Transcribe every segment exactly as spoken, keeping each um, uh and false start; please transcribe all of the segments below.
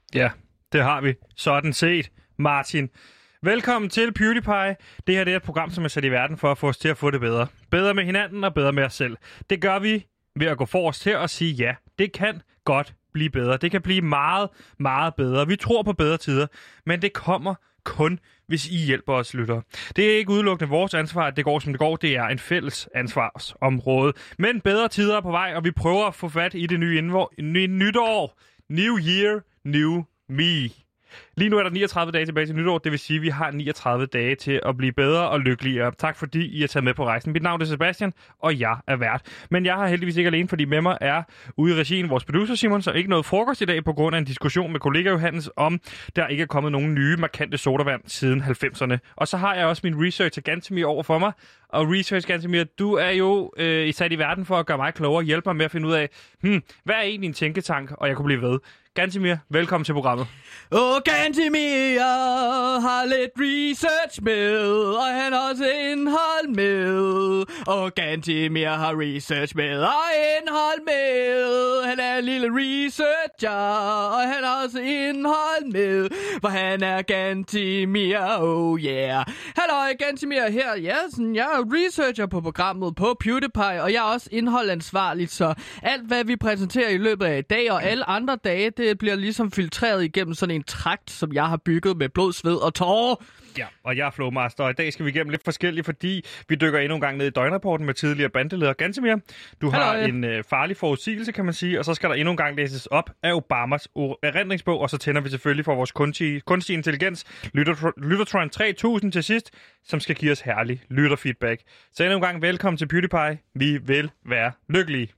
Ja, det har vi. Sådan set, Martin. Velkommen til PewDiePie. Det her det er et program, som er sat i verden for at få os til at få det bedre. Bedre med hinanden og bedre med os selv. Det gør vi ved at gå forrest her og sige ja. Det kan godt blive bedre. Det kan blive meget, meget bedre. Vi tror på bedre tider, men det kommer kun, hvis I hjælper os, lyttere. Det er ikke udelukkende vores ansvar, at det går, som det går. Det er en fælles ansvarsområde. Men bedre tider er på vej, og vi prøver at få fat i det nye, indvor- nye nytår. New year, new me. Lige nu er der niogtredive dage tilbage til nytår, det vil sige, at vi har niogtredive dage til at blive bedre og lykkeligere. Tak fordi I er taget med på rejsen. Mit navn er Sebastian, og jeg er vært. Men jeg har heldigvis ikke alene, fordi med mig er ude i regien vores producer Simon, så ikke noget frokost i dag på grund af en diskussion med kollega Johannes om, der ikke er kommet nogen nye markante sodavand siden halvfemserne. Og så har jeg også min researcher Gantemir over for mig. Og research Gantemir, du er jo øh, sat i verden for at gøre mig klogere og hjælpe mig med at finde ud af, hmm, hvad er egentlig en tænketank, og jeg kunne blive ved. Gantemir, velkommen til programmet. Åh, Gantemir har lidt research med, og han har også indhold med. Og Gantemir har research med og indhold med. Han er en lille researcher, og han har også indhold med. For han er Gantemir, oh yeah. Halløj, Gantemir her. Ja, sådan, jeg er researcher på programmet på PewDiePie, og jeg er også indholdansvarlig, så alt hvad vi præsenterer i løbet af i dag og alle andre dage, det bliver ligesom filtreret igennem sådan en trakt, som jeg har bygget med blod, sved og tårer. Ja, og jeg er Flowmaster, og i dag skal vi igennem lidt forskelligt, fordi vi dykker endnu en gang ned i døgnrapporten med tidligere bandeleder Gantemir. Du har Halløj. en øh, farlig forudsigelse, kan man sige, og så skal der endnu en gang læses op af Obamas erindringsbog, og så tænder vi selvfølgelig for vores kunstige, kunstige intelligens, Lyttertron tre tusind til sidst, som skal give os herlig lytterfeedback. Så endnu en gang velkommen til PewDiePie. Vi vil være lykkelige.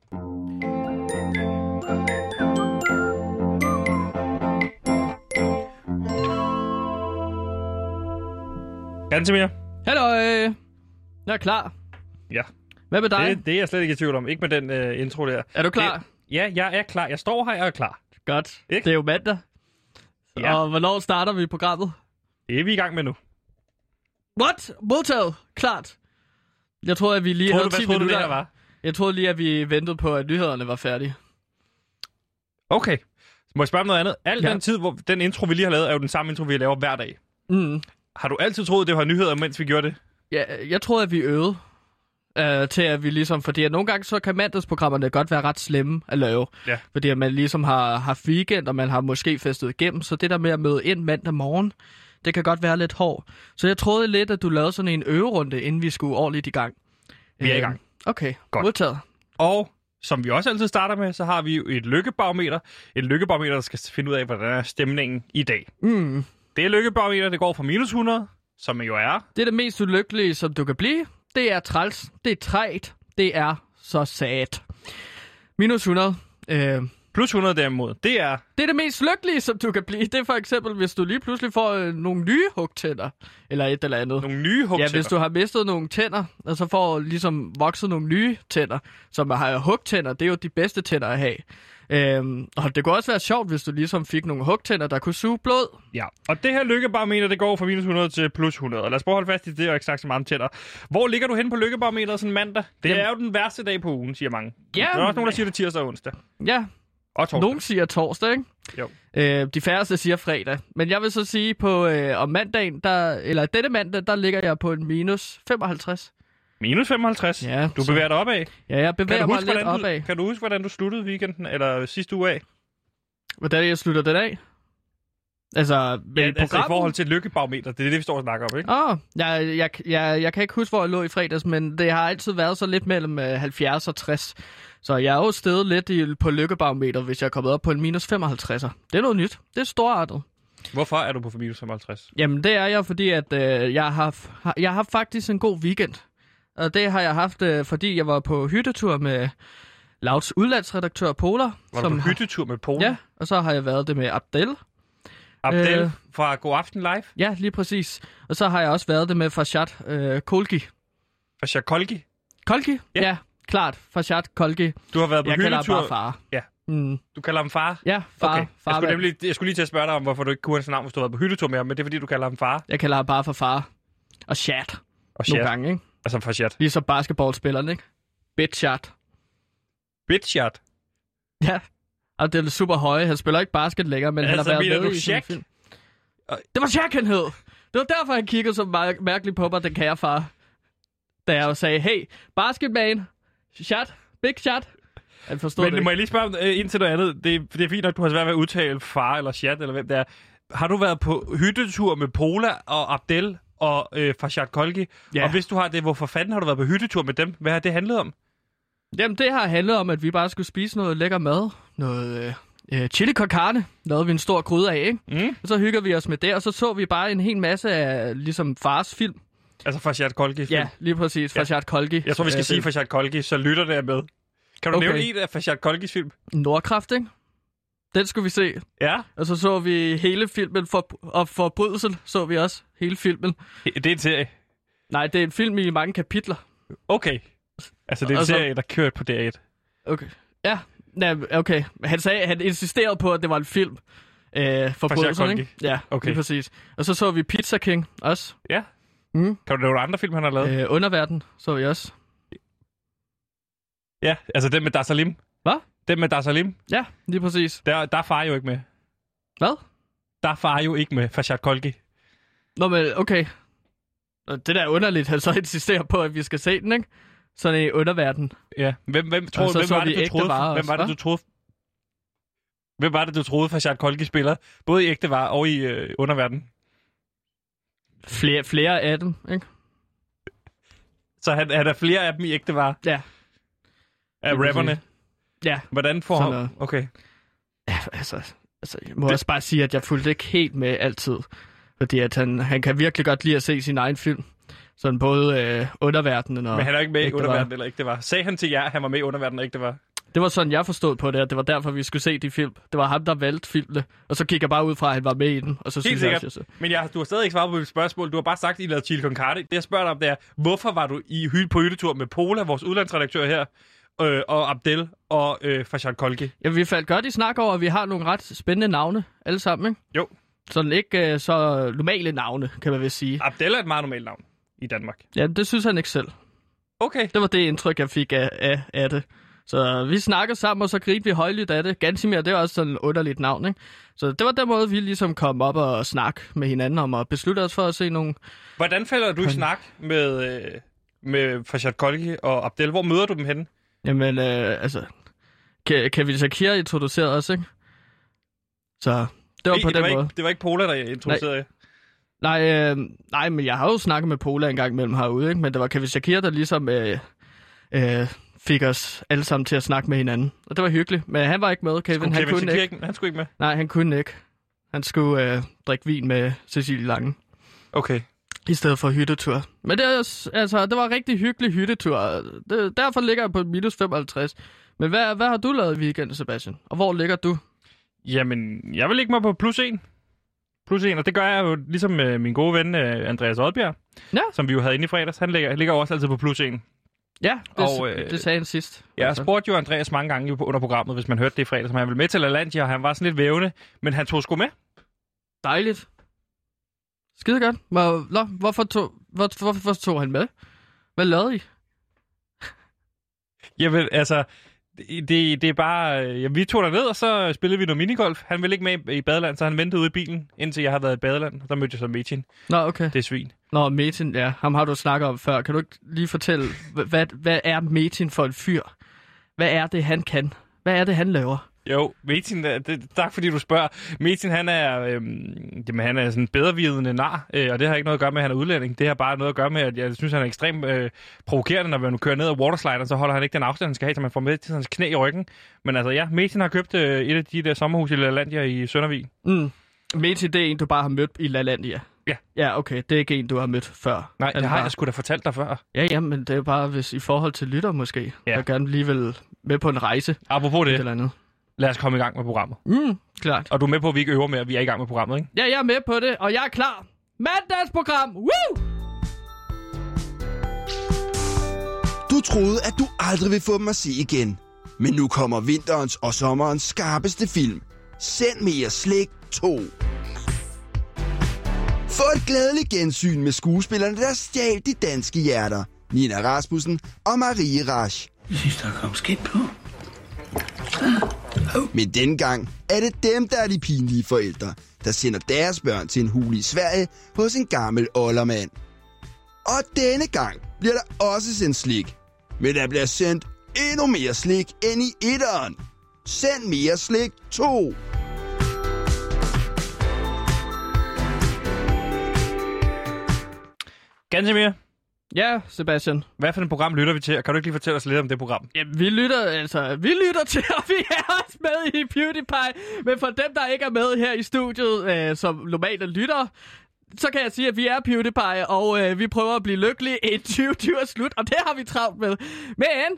Gantemir. Halløj. Jeg er klar. Ja. Hvad med dig? Det, det er jeg slet ikke i tvivl om. Ikke med den uh, intro der. Er du klar? Det, ja, jeg er klar. Jeg står her, jeg er klar. Godt. Ikke? Det er jo mandag. Ja. Og hvornår starter vi programmet? Det er vi i gang med nu. What? Modtaget. Klart. Jeg troede, at vi lige Tror havde du, hvad ti troede du, det minutter. her var? Jeg troede lige, at vi ventede på, at nyhederne var færdige. Okay. Må jeg spørge om noget andet? Al Ja. den tid, hvor den intro, vi lige har lavet, er jo den samme intro, vi laver hver dag. Mm. Har du altid troet, det var nyheder, mens vi gjorde det? Ja, jeg troede, at vi øvede. Uh, til at vi ligesom, fordi at nogle gange så kan mandagsprogrammerne godt være ret slemme at lave. Ja. Fordi at man ligesom har haft weekend, og man har måske festet igennem, så det der med at møde ind mandag morgen, det kan godt være lidt hårdt. Så jeg troede lidt, at du lavede sådan en øverunde, inden vi skulle ordentligt i gang. Vi er uh, i gang. Okay, Godt. modtaget. Og som vi også altid starter med, så har vi jo et lykkebarometer. Et lykkebarometer, der skal finde ud af, hvordan er stemningen i dag. Mm. Det er lykkebarometer, det går fra minus hundrede, som jo er... Det er det mest ulykkelige, som du kan blive. Det er træls. Det er trægt. Det er så sad. Minus hundrede. Øh, Plus hundrede derimod, det er... det er det mest lykkelige, som du kan blive. Det er for eksempel, hvis du lige pludselig får øh, nogle nye hugtænder. Eller et eller andet. Nogle nye Ja, hugtænder. hvis du har mistet nogle tænder, og så får ligesom vokset nogle nye tænder, som har hugtænder, det er jo de bedste tænder at have. Øhm, og det kunne også være sjovt, hvis du ligesom fik nogle hugtænder, der kunne suge blod. Ja, og det her lykkebarometer, det går fra minus hundrede til plus hundrede. Og lad os prøve at holde fast i det, og ikke sagt så meget om tænder. Hvor ligger du hen på lykkebarometeret sådan mandag? Det Jamen- er jo den værste dag på ugen, siger mange. Ja, Der er også nogen, der siger det tirsdag og onsdag. Ja, Og torsdag. nogen siger torsdag, ikke? Jo. Øh, de færreste siger fredag. Men jeg vil så sige, på øh, om mandagen, der, eller denne mandag, der ligger jeg på en minus femoghalvtreds. Minus femoghalvtreds. Ja, Du så- bevæger dig opad. Ja, jeg Kan bevæger du, mig huske, lidt hvordan opad. du, kan du huske, hvordan du sluttede weekenden, eller sidste uge af? Hvordan jeg slutter den af? Altså, med Ja, ja, altså i programmet? forhold til lykkebarometer. Det er det, vi står og snakker om, ikke? Åh, oh, jeg, jeg, jeg, jeg kan ikke huske, hvor jeg lå i fredags, men det har altid været så lidt mellem øh, halvfjerds og tres. Så jeg er jo steget lidt i, på lykkebarometer, hvis jeg er kommet op på en minus femoghalvtreds. Det er noget nyt. Det er storartet. Hvorfor er du på minus femoghalvtreds? Jamen, det er jeg, fordi at, øh, jeg, har, jeg har haft faktisk en god weekend. Og det har jeg haft, øh, fordi jeg var på hyttetur med Louds udlandsredaktør Polar. Var du på hyttetur med Polen? Ja, og så har jeg været det med Abdel. Abdel Øh, fra God Aften Live? Ja, lige præcis. Og så har jeg også været det med Farshad øh, Kolgi. Fra Shakolgi? Kolgi? Ja. Ja, klart. Farshad Kolgi. Du har været på Jeg kalder ham hyttetur. bare far. Ja. Mm. Du kalder ham far? Ja, far. Okay. far Jeg skulle, nemlig, jeg skulle lige til at spørge dig om, hvorfor du ikke kunne hans navn, hvis du havde været på hyttetur med ham, men det er fordi, du kalder ham far. Jeg kalder ham bare for far. Og chat. Og Nogle chat. gange, ikke? Altså for chat. Ligesom basketballspilleren, ikke? Bitchat. Bitchat. Ja. Og det er super høje. Han spiller ikke basket længere, men altså, han har været med i sådan en film. Det var Shaq, han hed. Det var derfor, han kiggede så mær- mærkeligt på mig, den kære far. Da jeg sagde, hey, basketman, shot, big shot. Han forstod men det må jeg lige spørge øh, ind til noget andet? Det, det er fint, at du har svært ved at udtale far eller chat, eller hvem det er. Har du været på hyttetur med Pola og Abdel og øh, Farshad Kholghi? Ja. Og hvis du har det, hvorfor fanden har du været på hyttetur med dem? Hvad har det handlet om? Jamen, det har handlet om, at vi bare skulle spise noget lækker mad. Noget øh, chili con carne. Lavede vi en stor gryde af, ikke? Mm. Og så hygger vi os med det, og så så vi bare en hel masse af ligesom fars film. Altså Farshad Kholghi? Ja, lige præcis. Ja. Farshad Kholghi. Jeg tror, vi skal ja, sige Farshad Kholghi, så lytter det med. Kan du okay. nævne en af Farshad Kholghis film? Nordkraft, ikke? Den skulle vi se. Ja. Og så så vi hele filmen, for, og Forbrydelsen så vi også. Hele filmen. Det er en serie? Nej, det er en film i mange kapitler. Okay. Altså, det er en så... serie, der kørte på D R et. Okay. Ja, ja okay. Han sagde, han insisterede på, at det var en film. Øh, Forbrydelsen, ikke? Ja, okay. Lige præcis. Og så så vi Pizza King også. Ja. Mm. Kan du nævne andre film, han har lavet? Øh, Underverden så vi også. Ja, altså den med Dar Salim. Hvad? Den med Dar Salim. Ja, lige præcis. Der, der er far jo ikke med. Hvad? Der er far jo ikke med, Farshad Kholghi. Nå, men okay. Det der er underligt, han så insisterer på, at vi skal se den, ikke? Sådan i Underverden. Ja, hvem, hvem, tror, så hvem, så var det, vi du troede, varer hvem var det, også, du troede? Hvem var det, du troede, Farshad Kholghi spiller? Både i Ægte Varer og i øh, Underverden. Flere, flere af dem, ikke? Så han, han er flere af dem i Ægte Varer? Ja. Af rapperne? Ja. Hvordan får han... Okay. Ja, altså, altså, jeg må det... også bare sige, at jeg fulgte ikke helt med altid. Fordi at han, han kan virkelig godt lide at se sin egen film. Sådan både øh, Underverdenen og... Men han er ikke med i Underverden var. eller Ægte Varer. Sagde han til jer, at han var med i Underverden og Ægte Varer? Det var sådan, jeg forstod på det, at det var derfor, vi skulle se de film. Det var ham, der valgte filmene. Og så gik jeg bare ud fra, at han var med i den. Og så Helt synes sikkert. jeg også, Men jeg, du har stadig ikke svaret på mit spørgsmål. Du har bare sagt, at I lavede chili con carne. Det jeg spørger dig om, det er, hvorfor var du i hy- på hyttetur med Pola, vores udlandsredaktør her, øh, og Abdel og øh, Farshad Kholghi? Ja, vi faldt godt i snak over, at vi har nogle ret spændende navne, alle sammen, ikke? Jo. Sådan ikke øh, så normale navne, kan man vel sige. Abdel er et meget normalt navn i Danmark. Ja, det synes han ikke selv. Okay. Det var det indtryk, jeg fik af, af, af det. Så vi snakkede sammen, og så grinte vi højlydt af det. Gantimir, det er også sådan et underligt navn, ikke? Så det var den måde, vi ligesom kom op og snakke med hinanden om at beslutte os for at se nogle... Hvordan falder du i snak med, øh, med Farshad Kholghi og Abdel? Hvor møder du dem henne? Jamen, øh, altså... Kevin Shakir introducerede os, ikke? Så det var Ej, på det den var måde. Ikke, det var ikke Pola, der introducerede jer? Nej, øh, nej, men jeg har jo snakket med Pola en gang imellem herude, ikke? Men det var Kevin Shakir, der ligesom... Øh, øh, fik os alle sammen til at snakke med hinanden. Og det var hyggeligt. Men han var ikke med, Kevin. Skulle han Kevin kunne ikke. ikke. Han skulle ikke med? Nej, han kunne ikke. Han skulle øh, drikke vin med Cecilie Lange. Okay. I stedet for hyttetur. Men det, er, altså, det var en rigtig hyggelig hyttetur. Det, derfor ligger jeg på minus femoghalvtreds. Men hvad, hvad har du lavet i weekenden, Sebastian? Og hvor ligger du? Jamen, jeg vil ligge mig på plus en. Plus en, og det gør jeg jo ligesom med min gode ven Andreas Oddbjerg, ja. som vi jo havde inde i fredags. Han ligger, ligger også altid på plus en. Ja, det, og, øh, det sagde han sidst. Jeg altså. spurgte jo Andreas mange gange under programmet, hvis man hørte det i fredags, som han ville med til LaLandia, og han var sådan lidt vævende, men han tog sgu med. Dejligt. Skide godt. Hvor, nå, hvorfor, tog, hvor, hvorfor tog han med? Hvad lavede I? Jamen, altså, det, det er bare... Ja, vi tog derned, og så spillede vi noget minigolf. Han ville ikke med i badeland, så han ventede ude i bilen, indtil jeg havde været i badeland. Der mødte jeg så Metin. Nå, okay. Det er svin. Nå, Metin, ja. Ham har du snakket om før. Kan du ikke lige fortælle, hvad, hvad er Metin for en fyr? Hvad er det, han kan? Hvad er det, han laver? Jo, Metin, det, tak fordi du spørger. Metin, han er, øhm, jamen, han er sådan bedrevidende nar, øh, og det har ikke noget at gøre med, at han er udlænding. Det har bare noget at gøre med, at jeg synes, han er ekstremt øh, provokerende, når man kører ned ad waterslideren, så holder han ikke den afstand, han skal have, så man får med til hans knæ i ryggen. Men altså ja, Metin har købt øh, et af de der sommerhus i LaLandia i Søndervig. Mm. Metin, det er en, du bare har mødt i LaLandia? Ja. Ja, okay. Det er ikke en, du har mødt før. Nej, det har bare... jeg sgu da fortalt dig før. Ja, ja, men det er bare hvis i forhold til lytter måske. Ja. Jeg gerne lige vil med på en rejse. Apropos det. Eller andet. Lad os komme i gang med programmet. Mm, klart. Og du er med på, at vi ikke øver med, at vi er i gang med programmet, ikke? Ja, jeg er med på det, og jeg er klar. Mandagsprogram! Woo! Du troede, at du aldrig ville få dem at se igen. Men nu kommer vinterens og sommerens skarpeste film. Send mere slik to. Få et glædeligt gensyn med skuespillerne, der stjal de danske hjerter. Nina Rasmussen og Marie Rasch. Jeg synes, der er kommet skidt på. Men denne gang er det dem, der er de pinlige forældre, der sender deres børn til en hule i Sverige hos en gammel oldermand. Og denne gang bliver der også sendt slik. Men der bliver sendt endnu mere slik end i etteren. Send mere slik to. Gantemir, Ja, Sebastian. hvad for et program lytter vi til, og kan du ikke lige fortælle os lidt om det program? Ja, vi lytter, altså, vi lytter til, og vi er også med i PewDiePie. Men for dem, der ikke er med her i studiet, øh, som normalt lytter, så kan jeg sige, at vi er PewDiePie, og øh, vi prøver at blive lykkelige inden tyve tyve er slut, og det har vi travlt med. Men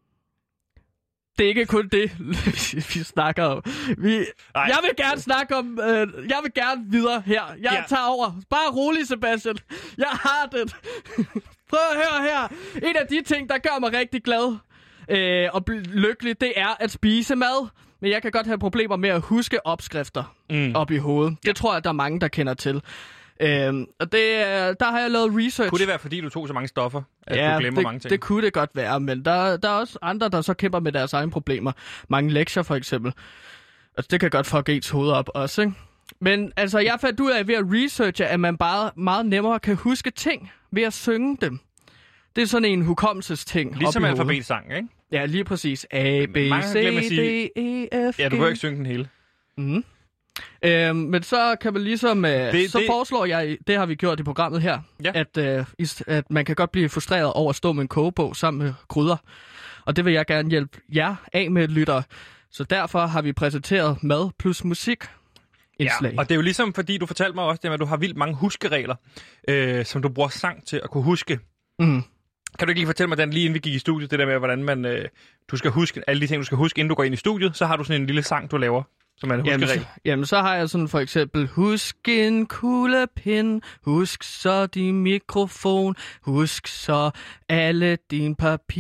det er ikke kun det, vi snakker om. Vi, jeg vil gerne snakke om... Øh, jeg vil gerne videre her. Jeg Ja. tager over. Bare rolig, Sebastian. Jeg har det. Prøv at høre her. En af de ting, der gør mig rigtig glad øh, og blive lykkelig, det er at spise mad. Men jeg kan godt have problemer med at huske opskrifter Mm. op i hovedet. Det tror jeg, der er mange, der kender til. Øhm, og det, øh, der har jeg lavet research. Kunne det være, fordi du tog så mange stoffer, at Ja, du glemmer det, mange ting? det kunne det godt være, men der, der er også andre, der så kæmper med deres egne problemer. Mange lektier for eksempel. Altså, det kan godt fuck ens hoved op også, ikke? Men altså, jeg fandt ud af ved at researche, at man bare meget nemmere kan huske ting ved at synge dem. Det er sådan en hukommelsesting. Ligesom op i hovedet. alfabetsang, ikke? Ja, lige præcis. A, B, Mange C, glemmer at sige- D, E, F, G. Ja, du behøver ikke synge den hele. Mm. Øhm, men så kan man ligesom, øh, Det- så det- foreslår jeg, det har vi gjort i programmet her, Ja. at, øh, is- at man kan godt blive frustreret over at stå med en kogebog sammen med krydder. Og det vil jeg gerne hjælpe jer af med, lytter. Så derfor har vi præsenteret mad plus musik indslag. Ja, og det er jo ligesom, fordi du fortalte mig også, det med, at du har vildt mange huskeregler, øh, som du bruger sang til at kunne huske. Mm. Kan du ikke lige fortælle mig, Dan, lige inden vi gik i studiet, det der med, hvordan man, øh, du skal huske alle de ting, du skal huske, inden du går ind i studiet, så har du sådan en lille sang, du laver, som er en Jamen, huskeregel. så, jamen, så har jeg sådan for eksempel, husk en kuglepind, husk så din mikrofon, husk så alle dine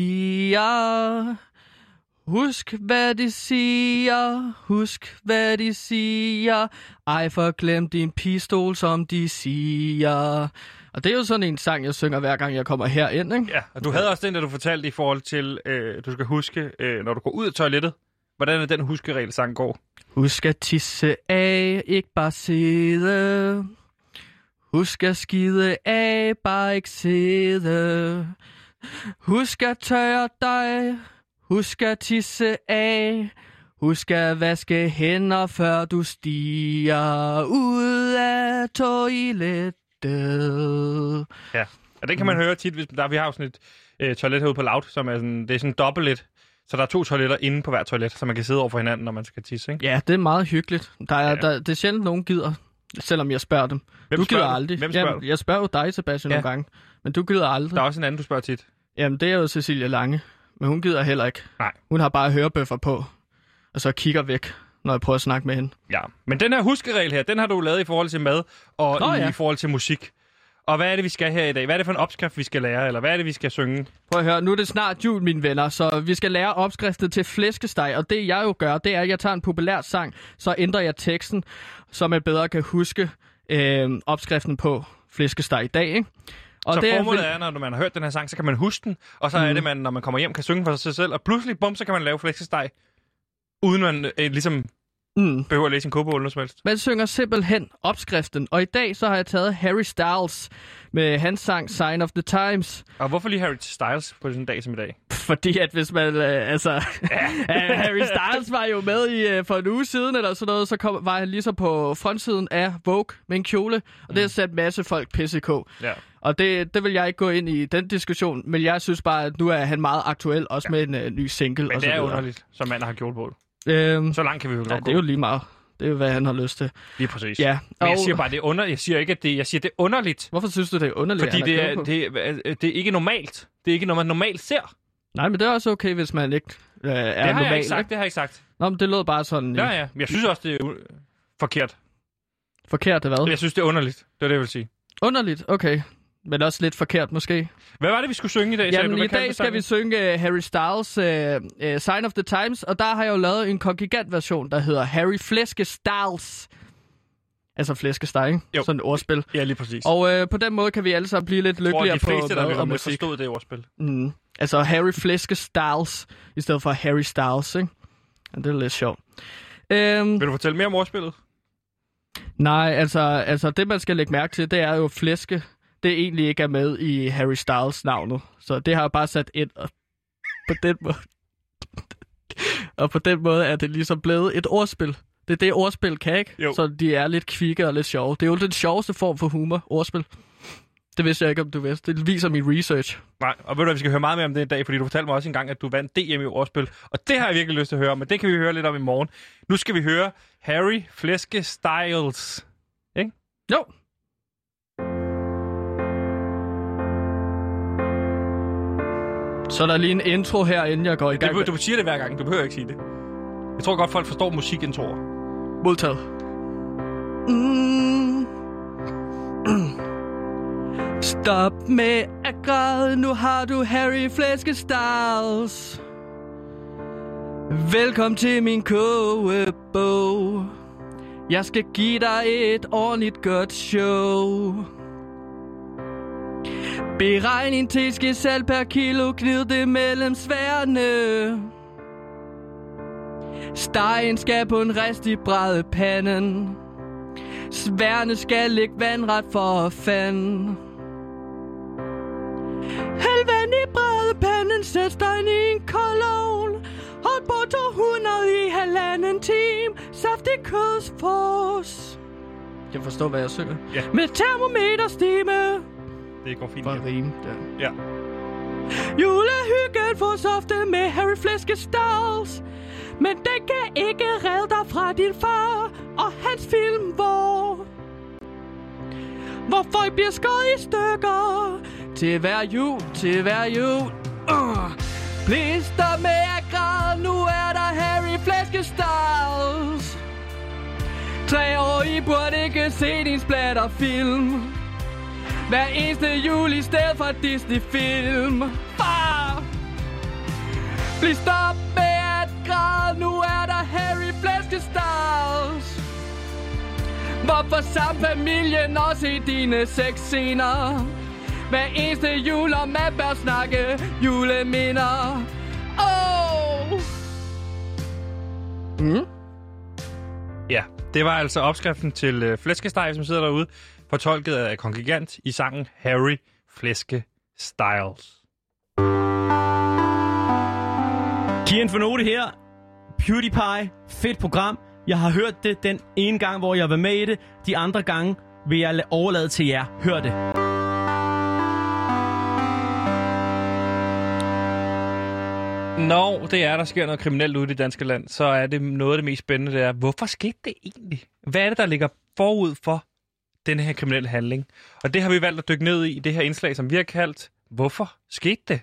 papirer. Husk, hvad de siger, husk, hvad de siger, ej, forglem din pistol, som de siger. Og det er jo sådan en sang, jeg synger hver gang, jeg kommer herind, ikke? Ja, og du havde også den, der du fortalte i forhold til, øh, du skal huske, øh, når du går ud af toilettet, hvordan er den huskeregel, sang går? Husk at tisse af, ikke bare sidde. Husk at skide af, bare ikke sidde. Husk at tørre dig, husk at tisse af. Husk at vaske hænder, før du stiger ud af toilettet. Ja, og den kan man høre tit, hvis der, vi har jo sådan et øh, toilet herude på Loud, som er sådan, det er sådan dobbelt lidt. Så der er to toiletter inde på hver toilet, så man kan sidde over for hinanden, når man skal tisse, ikke? Ja, det er meget hyggeligt. Der er, Ja. der, det er sjældent, nogen gider, selvom jeg spørger dem. Hvem du spørger gider du? aldrig. Hvem spørger Jamen, du? jeg spørger jo dig, Sebastian, Ja. nogle gange. Men du gider aldrig. Der er også en anden, du spørger tit. Jamen, det er jo Cecilie Lange. Men hun gider heller ikke. Nej. Hun har bare hørebøffer på. Og så kigger væk, når jeg prøver at snakke med hende. Ja, men den her huskeregel her, den har du lavet i forhold til mad og Nå, i, ja. i forhold til musik. Og hvad er det, vi skal her i dag? Hvad er det for en opskrift, vi skal lære? Eller hvad er det, vi skal synge? Prøv at høre, nu er det snart jul, mine venner, så vi skal lære opskriften til flæskesteg. Og det jeg jo gør, det er, at jeg tager en populær sang, så ændrer jeg teksten, så man bedre kan huske øh, opskriften på flæskesteg i dag, ikke? Og Så det formålet er, når man har hørt den her sang, så kan man huske den. Og så mm. er det, man, når man kommer hjem, kan synge for sig selv. Og pludselig, bum, så kan man lave flæskesteg, uden man øh, ligesom Mm. behøver at læse en kogebog eller noget som helst. Man synger simpelthen opskriften. Og i dag så har jeg taget Harry Styles med hans sang Sign of the Times. Og hvorfor lige Harry Styles på sådan en dag som i dag? Fordi at hvis man, øh, altså, ja. Harry Styles var jo med i øh, for en uge siden eller sådan noget, så kom, var han ligesom på frontsiden af Vogue med en kjole, og mm. det har sat en masse folk pisse på. Ja. Og det, det vil jeg ikke gå ind i den diskussion, men jeg synes bare, at nu er han meget aktuel, også ja. med en øh, ny single. Men og det så er videre. underligt, som mand har gjort på. Øhm, Så langt kan vi jo godt ja, gå. det er jo lige meget. Det er jo, hvad han har lyst til. Lige præcis. Ja. Men jeg og- siger bare, det er underligt. Jeg siger ikke, at det, jeg siger, det er underligt. Hvorfor synes du, det er underligt? Fordi han det er, klog på? det, er, det er ikke normalt. Det er ikke noget, man normalt ser. Nej, men det er også okay, hvis man ikke øh, er Det har normal. jeg ikke sagt, det har jeg ikke sagt. Nå, men det lød bare sådan Ja, ja. ja. Men jeg synes også, det er u- forkert. forkert, hvad? Jeg synes, det er underligt. Det er det, jeg vil sige. Underligt, okay. Men også lidt forkert, måske. Hvad var det, vi skulle synge i dag? sagde Jamen, du? Hvad i kaldte dag du skal vi sangen? synge uh, Harry Styles' uh, uh, Sign of the Times, og der har jeg jo lavet en kongigant version, der hedder Harry Flæske Styles. Altså flæskesteg, ikke? Jo. Sådan et ordspil. Ja, lige præcis. Og uh, på den måde kan vi alle sammen blive lidt jeg tror, lykkeligere de fleste, på der mad lytter og med, musik. forstod det ordspil. Mm. Altså Harry Flæske Styles, i stedet for Harry Styles, ikke? Ja, det er lidt sjovt. Øhm, Vil du fortælle mere om ordspillet? Nej, altså, altså det, man skal lægge mærke til, det er jo flæske. Det egentlig ikke er med i Harry Styles navnet. Så det har jeg bare sat ind, og på den måde... og på den måde er det ligesom blevet et ordspil. Det er det, ordspil kan, ikke? Jo. Så de er lidt kvikke og lidt sjove. Det er jo den sjoveste form for humor, ordspil. Det vidste jeg ikke, om du vidste. Det viser min research. Nej, og ved du, vi skal høre meget mere om det i dag, fordi du fortalte mig også engang, at du vandt D M i ordspil. Og det har jeg virkelig lyst til at høre om, men det kan vi høre lidt om i morgen. Nu skal vi høre Harry Flæske Styles. Ikke? Jo. Så der er lige en intro her, inden jeg går i gang. Det, du siger det hver gang, du behøver ikke sige det. Jeg tror godt, folk forstår musikintroer. Modtaget. Mm. Stop med at græde, nu har du Harry Flæske Styles. Velkommen til min kogebog. Jeg skal give dig et ordentligt godt show. Beregn en teske salt per kilo, gnid det mellem sværene. Stegen skal på en ristig brædepanden. Sværene skal ligge vandret for fanden. Hæld vand i brædepanden, sæt stegen i en kold ovn. Hold på to hundrede i halvanden time. Saftig kødsfors. Jeg forstår, hvad jeg synger. Ja. Med termometerstime. Det går fint. For rim, ja. ja. Julehyggen fås ofte med Harry Flæske Styles. Men det kan ikke redde dig fra din far og hans film, hvor... Hvor folk bliver skåret i stykker. Til hver jul, til hver jul. Uh. Please stop med at græde, nu er der Harry Flæske Styles. Tre år I burde ikke se din splatterfilm. Hver eneste jul i stedet for Disney-film. Far! Please stop med at græde, nu er der Harry Flæske Styles. Hvorfor sammen familien også i dine sexscener? Hver eneste jul, og man bør snakke juleminder. Oh! Mm? Ja, det var altså opskriften til øh, flæskesteg, som sidder derude, fortolket af Kongigant i sangen Harry Flæske Styles. Kian for note her. PewDiePie, fedt program. Jeg har hørt det den ene gang, hvor jeg var med i det. De andre gange vil jeg overlade til jer. Hør det. Når det er, der sker noget kriminelt ude i det danske land, så er det noget af det mest spændende, det er, hvorfor skete det egentlig? Hvad er det, der ligger forud for denne her kriminelle handling? Og det har vi valgt at dykke ned i, i det her indslag, som vi har kaldt, hvorfor skete det?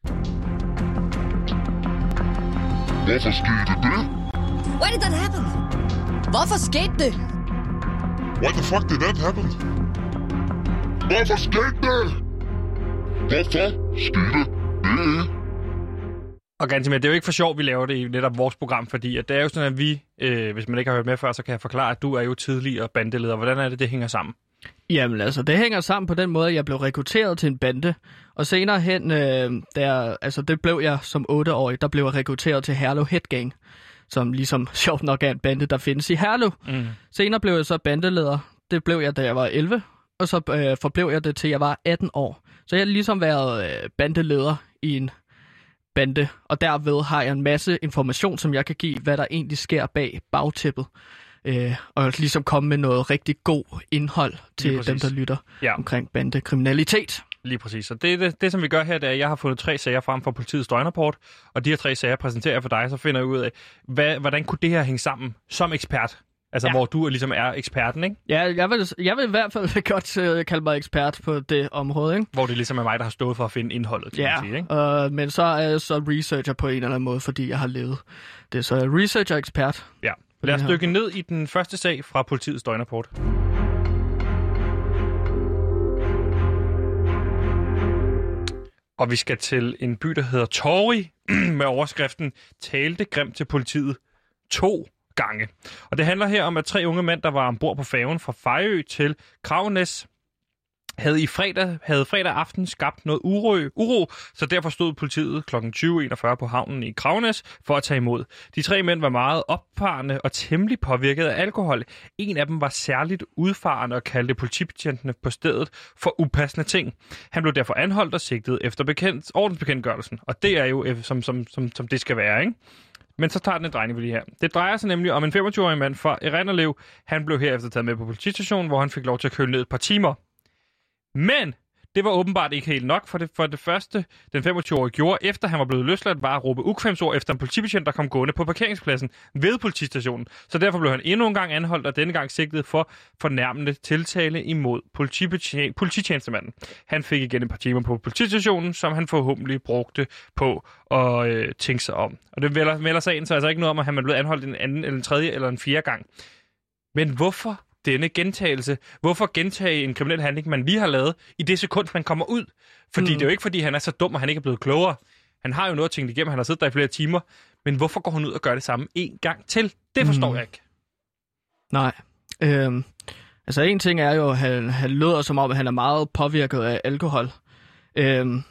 Hvorfor skete det? Why did that happen? Hvorfor skete det? Why the fuck did that happen? Hvorfor skete det? Hvorfor skete det? Og Gantemir, det er jo ikke for sjovt, vi laver det i netop vores program, fordi at det er jo sådan, at vi, øh, hvis man ikke har hørt med før, så kan jeg forklare, at du er jo tidligere bandeleder. Hvordan er det, det hænger sammen? Jamen altså, det hænger sammen på den måde, at jeg blev rekrutteret til en bande. Og senere hen, øh, der, altså det blev jeg som otteårig, der blev jeg rekrutteret til Herlev Headgang, som ligesom sjovt nok er en bande, der findes i Herlev. Mm. Senere blev jeg så bandeleder. Det blev jeg, da jeg var elleve, og så øh, forblev jeg det, til jeg var atten år. Så jeg har ligesom været øh, bandeleder i en bande, og derved har jeg en masse information, som jeg kan give, hvad der egentlig sker bag bagtæppet. Øh, og ligesom komme med noget rigtig god indhold til dem, der lytter ja. omkring bandekriminalitet. Lige præcis. Og det, det, det, som vi gør her, det er, at jeg har fundet tre sager frem fra politiets døgnrapport, og de her tre sager præsenterer jeg for dig, så finder jeg ud af, hvad, hvordan kunne det her hænge sammen som ekspert? Altså, ja. hvor du ligesom er eksperten, ikke? Ja, jeg vil, jeg vil i hvert fald godt uh, kalde mig ekspert på det område, ikke? Hvor det ligesom er mig, der har stået for at finde indholdet, kan ja, man sige, ikke? Uh, men så er jeg så researcher på en eller anden måde, fordi jeg har levet det. Så jeg er researcher-ekspert. Ja. Lad os dykke ned i den første sag fra politiets døgnrapport. Og vi skal til en by, der hedder Torrig, med overskriften talte grimt til politiet to gange. Og det handler her om, at tre unge mænd, der var ombord på færgen fra Fejø til Kragnæs, havde i fredag, havde fredag aften skabt noget uro, uro, så derfor stod politiet klokken tyve enogfyrre på havnen i Kragenæs for at tage imod. De tre mænd var meget opfarende og temmelig påvirket af alkohol. En af dem var særligt udfarende og kaldte politibetjentene på stedet for upassende ting. Han blev derfor anholdt og sigtet efter bekendt, ordensbekendtgørelsen, og det er jo som, som, som, som det skal være, ikke? Men så tager den en drejning lige her. Det drejer sig nemlig om en femogtyve-årig mand fra Erenderlev. Han blev herefter taget med på politistationen, hvor han fik lov til at køle ned et par timer. Men det var åbenbart ikke helt nok, for det, for det første, den femogtyve-årige gjorde, efter han var blevet løsladt, var at råbe ukvemsord efter en politibetjent, der kom gående på parkeringspladsen ved politistationen. Så derfor blev han endnu en gang anholdt, og denne gang sigtet for fornærmende tiltale imod polititjenestemanden. Han fik igen et par timer på politistationen, som han forhåbentlig brugte på at øh, tænke sig om. Og det melder, melder sagen så altså ikke noget om, at han er blevet anholdt en anden, eller en tredje, eller en fjerde gang. Men hvorfor denne gentagelse? Hvorfor gentage en kriminel handling, man lige har lavet, i det sekund, man kommer ud? Fordi mm. det er jo ikke, fordi han er så dum, og han ikke er blevet klogere. Han har jo noget at tænke igennem, han har siddet der i flere timer. Men hvorfor går han ud og gør det samme en gang til? Det forstår mm. jeg ikke. Nej. Øhm, altså en ting er jo, at han, han lyder som om, at han er meget påvirket af alkohol. Øhm,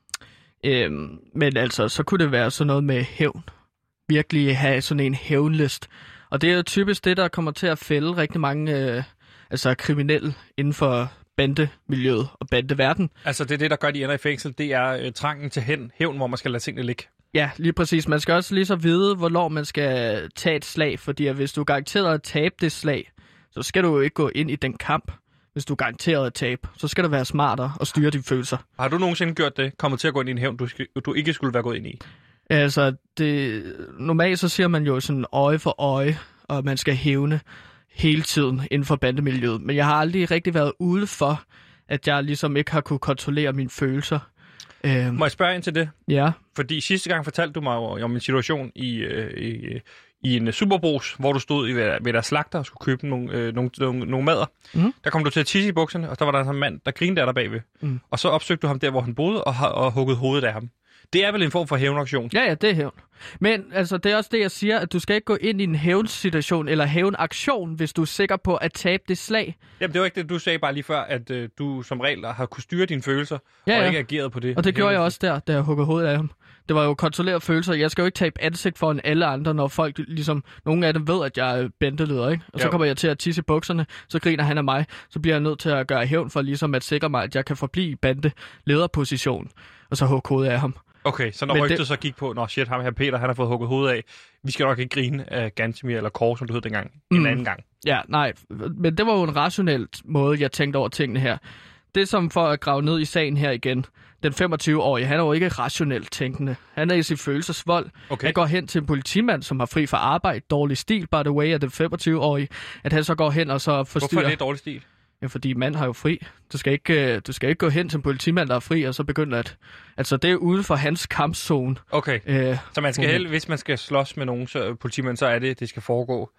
øhm, men altså, så kunne det være sådan noget med hævn. Virkelig have sådan en hævnlyst. Og det er jo typisk det, der kommer til at fælde rigtig mange øh, altså kriminelle inden for bandemiljøet og bandeverden. Altså det er det, der gør, at de ender i fængsel, det er øh, trangen til hen, hævn, hvor man skal lade tingene ligge. Ja, lige præcis. Man skal også lige så vide, hvornår man skal tage et slag, fordi hvis du er garanteret at tabe det slag, så skal du jo ikke gå ind i den kamp. Hvis du er garanteret at tabe, så skal det være smartere at styre dine følelser. Har du nogensinde gjort det? Kommet til at gå ind i en hævn, du, du ikke skulle være gået ind i? Altså, det, normalt så siger man jo sådan øje for øje, og man skal hævne hele tiden inden for bandemiljøet. Men jeg har aldrig rigtig været ude for, at jeg ligesom ikke har kunne kontrollere mine følelser. Øhm, Må jeg spørge ind til det? Ja. Fordi sidste gang fortalte du mig om en situation i, øh, i, i en Superbrus, hvor du stod i, ved der slagter og skulle købe nogle, øh, nogle, nogle, nogle mader. Mm. Der kom du til at tisse i bukserne, og der var der en mand, der grinede der bagved. Mm. Og så opsøgte du ham der, hvor han boede, og, og huggede hovedet af ham. Det er vel en form for hævnaktion? Ja, ja, det er hævn. Men altså, det er også det, jeg siger, at du skal ikke gå ind i en hævnsituation eller hævnaktion, hvis du er sikker på at tabe det slag. Jamen, det var ikke det, du sagde bare lige før, at øh, du som regel har kunnet styre dine følelser, ja, ja. og ikke ageret på det. Og det gjorde jeg også der, da jeg huggede hovedet af ham. Det var jo kontrollerede følelser. Jeg skal jo ikke tabe ansigt foran alle andre, når folk ligesom... Nogle af dem ved, at jeg er bandeleder, ikke? Og så jo. kommer jeg til at tisse i bukserne, så griner han af mig. Så bliver jeg nødt til at gøre hævn for ligesom at sikre mig, at jeg kan forblive i bandelederposition. Og så hugge hovedet af ham. Okay, så når rygtet det... så gik på, nå shit, ham her Peter, han har fået hugget hovedet af. Vi skal nok ikke grine af Gantemir eller Kåre, som du hed dengang, en mm. anden gang. Ja, nej, men det var jo en rationel måde, jeg tænkte over tingene her. Det som for at grave ned i sagen her igen, den femogtyve-årige, han er jo ikke rationelt tænkende. Han er i sin følelsesvold. Okay. Han går hen til en politimand, som har fri fra arbejde, dårlig stil, by the way, af den femogtyve-årige, at han så går hen og så forstyrrer... Hvorfor er det dårlig stil? Ja, fordi mand har jo fri. Du skal ikke, du skal ikke gå hen til en politimand, der er fri, og så begynde at... Altså, det er uden for hans kampzone. Okay, øh, så man skal held, hvis man skal slås med nogen så, politimand, så er det, det skal foregå,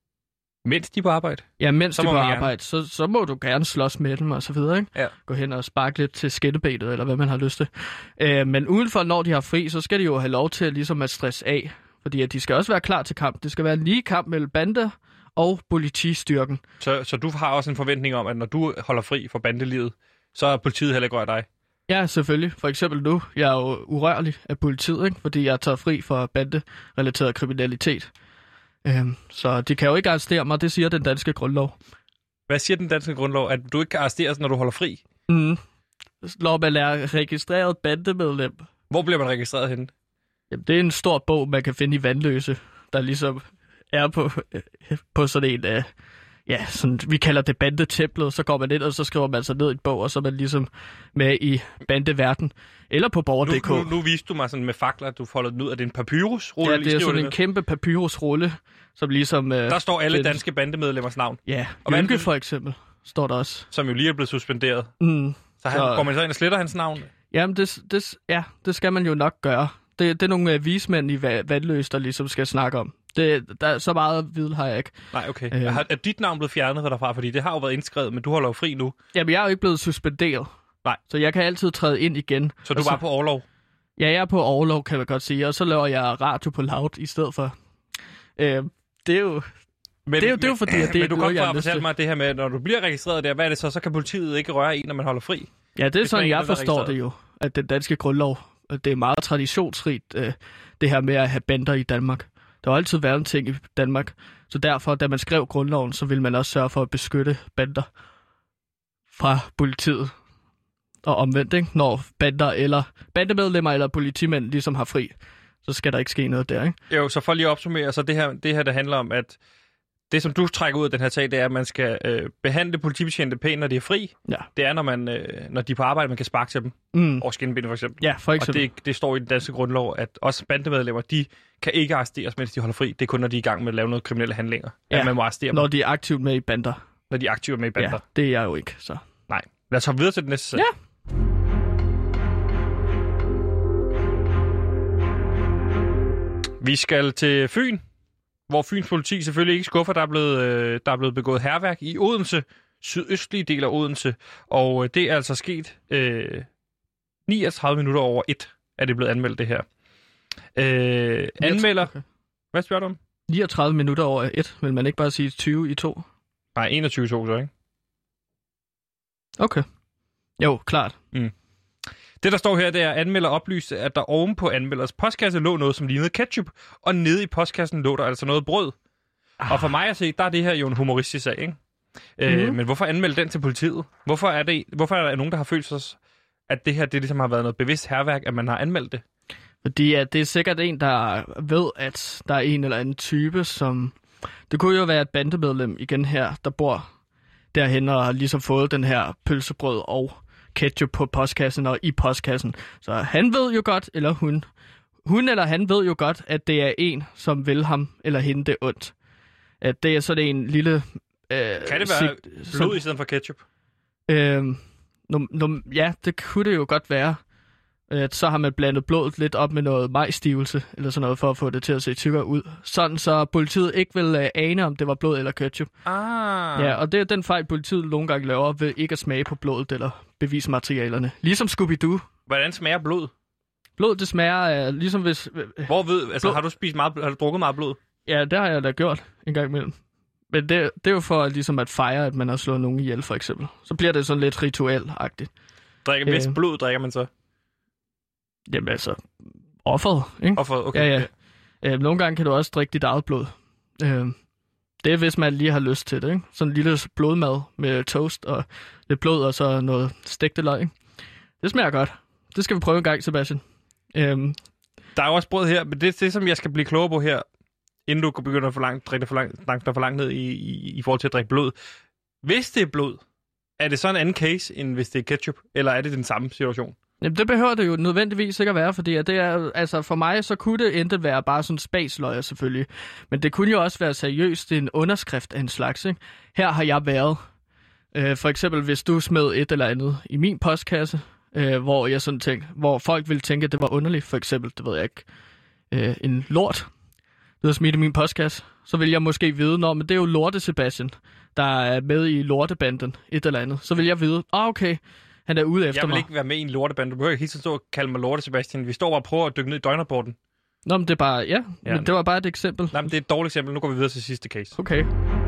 mens de er på arbejde? Ja, mens de er på arbejde, så, så må du gerne slås med dem, og så videre, ikke? Ja. Gå hen og sparke lidt til skættebetet, eller hvad man har lyst til. Øh, men udenfor, når de har fri, så skal de jo have lov til ligesom at stresse af. Fordi at de skal også være klar til kamp. Det skal være en lige kamp mellem bander og politistyrken. Så, så du har også en forventning om, at når du holder fri for bandelivet, så er politiet heller ikke rørt dig? Ja, selvfølgelig. For eksempel nu. Jeg er jo urørlig af politiet, ikke? Fordi jeg tager fri for banderelateret kriminalitet. Øhm, så de kan jo ikke arrestere mig, det siger den danske grundlov. Hvad siger den danske grundlov? At du ikke kan arresteres, når du holder fri? Mm. Når man er registreret bandemedlem. Hvor bliver man registreret henne? Jamen, det er en stor bog, man kan finde i Vandløse, der ligesom er på, på sådan en... Uh, ja, sådan, vi kalder det bandetemplet, så går man ind, og så skriver man sig ned i et bog, og så er man ligesom med i bandeverden. Eller på borger punktum d k. Nu, nu, nu viste du mig sådan med fakler, at du foldet den ud af din papyrusrulle. Ja, det er sådan en med. kæmpe papyrusrulle, som ligesom... Uh, der står alle danske bandemedlemmers navn. Ja, Jynke for eksempel står der også. Som jo lige er blevet suspenderet. Mm. Så, han, så går man så ind og sletter hans navn? Jamen, det, det, ja, det skal man jo nok gøre. Det, det er nogle uh, vismænd i Vandløs, der ligesom skal snakke om. Det, der, så meget viden har jeg ikke. Nej, okay. Øh. Er, er dit navn blevet fjernet derfra? Fordi det har jo været indskrevet, men du holder jo fri nu. Jamen, jeg er jo ikke blevet suspenderet. Nej. Så jeg kan altid træde ind igen. Så du var på orlov? Ja, jeg er på orlov, kan man godt sige. Og så laver jeg radio på loud i stedet for. Øh, det er jo... Men, det, er jo, det er jo fordi, at det men er du noget, kom jeg fra har at lyst fortælle til. mig det her med, når du bliver registreret der, hvad er det så? Så kan politiet ikke røre en, når man holder fri. Ja, det er Hvis sådan, man jeg ikke er forstår det registreret. jo, at den danske grundlov, at det er meget traditionsrigt, øh, det her med at have bander i Danmark. Der har altid været en ting i Danmark, så derfor, da man skrev grundloven, så ville man også sørge for at beskytte bander fra politiet. Og omvendt, ikke? Når bander eller bandemedlemmer eller politimænd ligesom har fri, så skal der ikke ske noget der, ikke? Jo, så for lige at opsummere, så det her, det her, der handler om, at det, som du trækker ud af den her sag, det er, at man skal øh, behandle politibetjente pænt, når de er fri. Ja. Det er, når, man, øh, når de er på arbejde, man kan sparke til dem. Mm. Over skinbenet for eksempel. Ja, for Og eksempel. det, det står i den danske grundlov, at også bandemedlemmer, de kan ikke arresteres, mens de holder fri. Det er kun, når de er i gang med at lave noget kriminelle handlinger, Ja, at man må arrestere dem, Når de er aktivt med i bander. når de er aktive med i bander. Ja, det er jeg jo ikke, så. Nej. Lad os hoppe videre til den næste sag. Ja. Vi skal til Fyn, hvor Fyns politi selvfølgelig ikke skuffer. Der er blevet, øh, der er blevet begået hærværk i Odense, sydøstlige del af Odense. Og øh, det er altså sket øh, niogtredive minutter over et, er det blevet anmeldt det her. Øh, anmelder... Okay. Hvad spørger du om? niogtredive minutter over et, vil man ikke bare sige tyve i to? Nej, enogtyve to så, ikke? Okay. Jo, klart. Det, der står her, det er, at anmelder oplyste, at der oven på anmelders postkasse lå noget, som lignede ketchup, og nede i postkassen lå der altså noget brød. Ah. Og for mig at se, der er det her jo en humoristisk sag, ikke? Mm-hmm. Øh, men hvorfor anmelde den til politiet? Hvorfor er, det, hvorfor er der nogen, der har følt sig, at det her det ligesom har været noget bevidst hærværk, at man har anmeldt det? Fordi at det er sikkert en, der ved, at der er en eller anden type, som... Det kunne jo være et bandemedlem igen her, der bor derhen og har ligesom fået den her pølsebrød og ketchup på postkassen og i postkassen. Så han ved jo godt, eller hun, hun eller han ved jo godt, at det er en, som vil ham eller hende det ondt. At det er sådan en lille... Øh, Kan det være sig, blod i stedet for ketchup? Øh, no, no, ja, det kunne det jo godt være. At så har man blandet blodet lidt op med noget majsstivelse, eller sådan noget, for at få det til at se tykkere ud. Sådan så politiet ikke vil uh, ane, om det var blod eller ketchup. Ah. Ja, og det er den fejl, politiet nogle gange laver ved ikke at smage på blodet eller bevismaterialerne. Ligesom Scooby-Doo. Hvordan smager blod? Blod, det smager uh, ligesom hvis... Hvor ved, altså Blod. har du spist meget, har du drukket meget blod? Ja, det har jeg da gjort en gang imellem. Men det, det er jo for ligesom at fejre, at man har slået nogen ihjel, for eksempel. Så bliver det sådan lidt rituel-agtigt. Drikker, hvis Øh. blod drikker man så? Jamen altså, offeret, ikke? Og for, okay. Ja, ja. Øh, nogle gange kan du også drikke dit eget blod. Øh, det er, hvis man lige har lyst til det, ikke? Sådan en lille blodmad med toast og lidt blod og så noget stegte løg, ikke? Det smager godt. Det skal vi prøve en gang, Sebastian. Øh, Der er jo også brød her, men det er det, som jeg skal blive klogere på her, inden du begynder at for langt, drikke dig for langt, langt, for langt ned i, i, i forhold til at drikke blod. Hvis det er blod, er det så en anden case, end hvis det er ketchup, eller er det den samme situation? Jamen, det behøver det jo nødvendigvis ikke at være, fordi at det er, altså for mig, så kunne det enten være bare sådan spagsløjer selvfølgelig. Men det kunne jo også være seriøst en underskrift af en slags, ikke? Her har jeg været. Øh, for eksempel, hvis du smed et eller andet i min postkasse, øh, hvor jeg sådan tænkte, hvor folk ville tænke, at det var underligt. For eksempel, det ved jeg ikke, øh, en lort, du har smidt i min postkasse. Så vil jeg måske vide, nå, men det er jo Lorte Sebastian, der er med i lortebanden, et eller andet. Så vil jeg vide, ah, okay, han er ude efter Jeg vil mig. ikke være med i en lorteband. Du behøver ikke helt så stå og kalde mig lorte, Sebastian. Vi står bare og prøver at dykke ned i døgnrapporten. Nå, men det er bare, ja, Ja. men det var bare et eksempel. Nej, men det er et dårligt eksempel. Nu går vi videre til sidste case. Okay.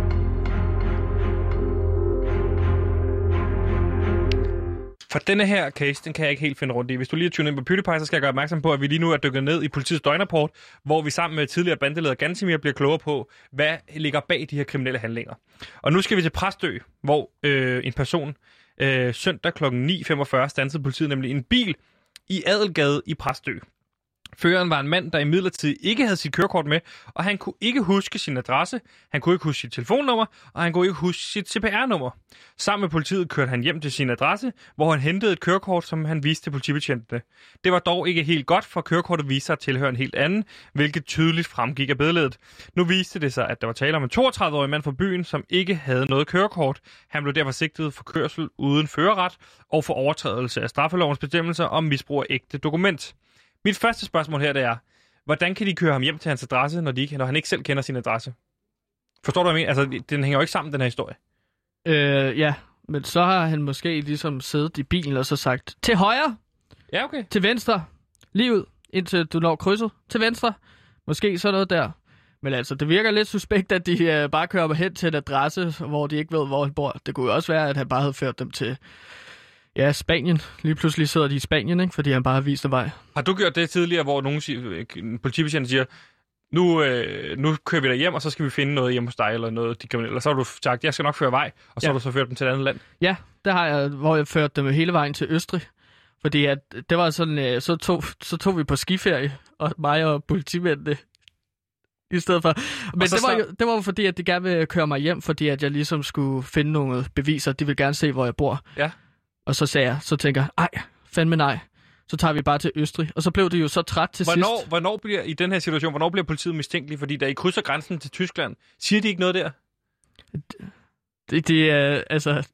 For denne her case, den kan jeg ikke helt finde rundt i. Hvis du lige er tunet ind på PewDiePie, så skal jeg gøre opmærksom på, at vi lige nu er dykket ned i politiets døgnrapport, hvor vi sammen med tidligere bandeleder Gansimir bliver klogere på, hvad ligger bag de her kriminelle handlinger. Og nu skal vi til Præstø, hvor øh, en person øh, søndag klokken ni femogfyrre standsede politiet nemlig en bil i Adelgade i Præstø. Føreren var en mand, der imidlertid ikke havde sit kørekort med, og han kunne ikke huske sin adresse, han kunne ikke huske sit telefonnummer, og han kunne ikke huske sit C P R-nummer. Sammen med politiet kørte han hjem til sin adresse, hvor han hentede et kørekort, som han viste til politibetjentene. Det var dog ikke helt godt, for kørekortet viste sig at tilhøre en helt anden, hvilket tydeligt fremgik af billedet. Nu viste det sig, at der var tale om en toogtredive-årig mand fra byen, som ikke havde noget kørekort. Han blev derfor sigtet for kørsel uden førerret og for overtrædelse af straffelovens bestemmelser om misbrug af ægte dokument. Mit første spørgsmål her, det er, hvordan kan de køre ham hjem til hans adresse, når, de ikke, når han ikke selv kender sin adresse? Forstår du, hvad jeg mener? Altså, den hænger jo ikke sammen, den her historie. Øh, ja, men så har han måske ligesom siddet i bilen og så sagt, til højre, Ja, okay. til venstre, lige ud, indtil du når krydset, til venstre. Måske så noget der. Men altså, det virker lidt suspekt, at de øh, bare kører hen til en adresse, hvor de ikke ved, hvor han bor. Det kunne jo også være, at han bare havde ført dem til ja, Spanien. Lige pludselig sidder de i Spanien, ikke? Fordi han bare har vist en vej. Har du gjort det tidligere, hvor nogen siger, en politibetjent siger, nu, øh, nu kører vi der hjem, og så skal vi finde noget hjemme hos dig, eller noget, de kan, eller så har du sagt, jeg skal nok føre vej, og så ja. har du så ført dem til et andet land? Ja, det har jeg, hvor jeg førte dem hele vejen til Østrig. Fordi at, det var sådan, så tog, så tog vi på skiferie, og mig og politimændene, i stedet for. Men det var, jo, det var jo fordi, at de gerne ville køre mig hjem, fordi at jeg ligesom skulle finde nogle beviser. De vil gerne se, hvor jeg bor. Ja. Og så sagde jeg, så tænker jeg, ej, fandme nej. Så tager vi bare til Østrig. Og så blev det jo så træt til hvornår, sidst. Hvornår bliver, i den her situation, hvornår bliver politiet mistænkelig? Fordi da I krydser grænsen til Tyskland, siger de ikke noget der? Det, det er, altså...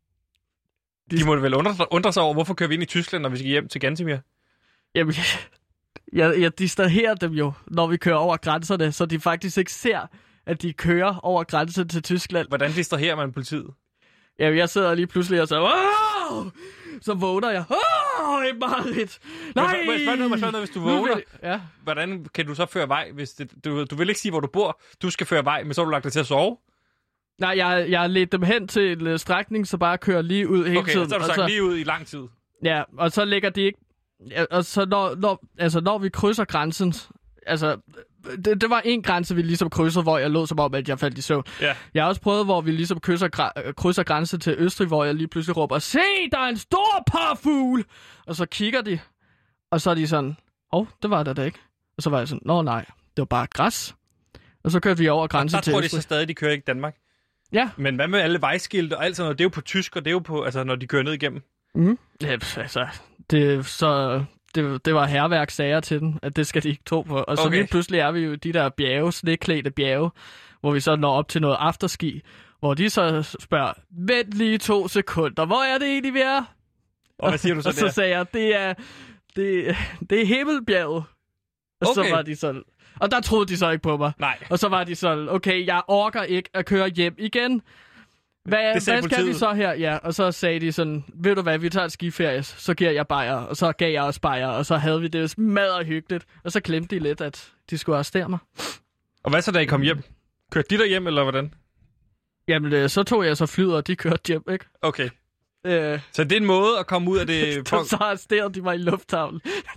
De, de må vel undre, undre sig over, hvorfor kører vi ind i Tyskland, når vi skal hjem til Gantemir? Jamen, jeg, jeg distraherer dem jo, når vi kører over grænserne, så de faktisk ikke ser, at de kører over grænsen til Tyskland. Hvordan distraherer man politiet? Jamen, jeg sidder lige pludselig og så... Wow! Så vågner jeg. Åh, det er meget nej! Må jeg spørge noget, må jeg spørge noget, hvis du vågner? Vil... Ja. Hvordan kan du så føre vej, hvis det, du, du vil ikke sige, hvor du bor? Du skal føre vej, men så har du lagt dig til at sove? Nej, jeg, jeg har ledt dem hen til en strækning, så bare kører lige ud hele okay, tiden. Okay, så har du sagt så... lige ud i lang tid? Ja, og så ligger de ikke... Ja, og så når, når, altså, når vi krydser grænsen... Altså, det, det var en grænse, vi ligesom krydsede, hvor jeg lå som om, at jeg faldt i søvn. Ja. Jeg har også prøvet, hvor vi ligesom krydser, krydser grænsen til Østrig, hvor jeg lige pludselig råber, se, der er en stor parfugl! Og så kigger de, og så er de sådan, åh, oh, det var der da ikke. Og så var jeg sådan, nå nej, det var bare græs. Og så kørte vi over grænsen til Østrig. Der tror de så stadig, de kører ikke i Danmark. Ja. Men hvad med alle vejskilte og alt sådan noget? Det er jo på tysk, og det er jo på, altså, når de kører ned igennem. Mm. Ja, altså, det, så, det, det var hærværkssager til den, at det skal de ikke tro på. Og så okay. Lige pludselig er vi jo de der bjerge, sneklædte bjerge, hvor vi så når op til noget afterski, hvor de så spørger, vent lige to sekunder, hvor er det egentlig, vi er? Og hvad siger du så og der? Så sagde jeg, det er, det, det er Himmelbjerget. Og okay. Så var de sådan, og der troede de så ikke på mig. Nej. Og så var de sådan, okay, jeg orker ikke at køre hjem igen. Hvad, hvad skal politiet. Vi så her? Ja, og så sagde de sådan, ved du hvad, vi tager et skiferie, så giver jeg bajer, og så gav jeg også bajer, og så havde vi det smadret hyggeligt. Og så glemte de lidt, at de skulle arrestere mig. Og hvad så, da I kom hjem? Kørte de der hjem, eller hvordan? Jamen, så tog jeg så flyet, og de kørte hjem, ikke? Okay. Øh, så det er en måde at komme ud af det... så, så arresterede de mig i lufthavnen.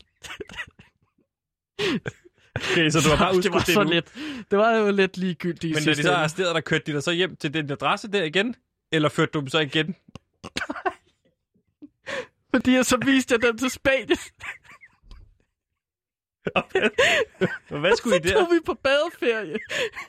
Okay, så du var bare udskudt det var det så nu. lidt. Det var jo lidt ligegyldigt. Men da de så arresterede dig, kørte de dig så hjem til den adresse der igen? Eller førte du dem så igen? Fordi jeg så viste jeg dem til Spanien. Og hvad skulle I der? Så tog vi på badeferie.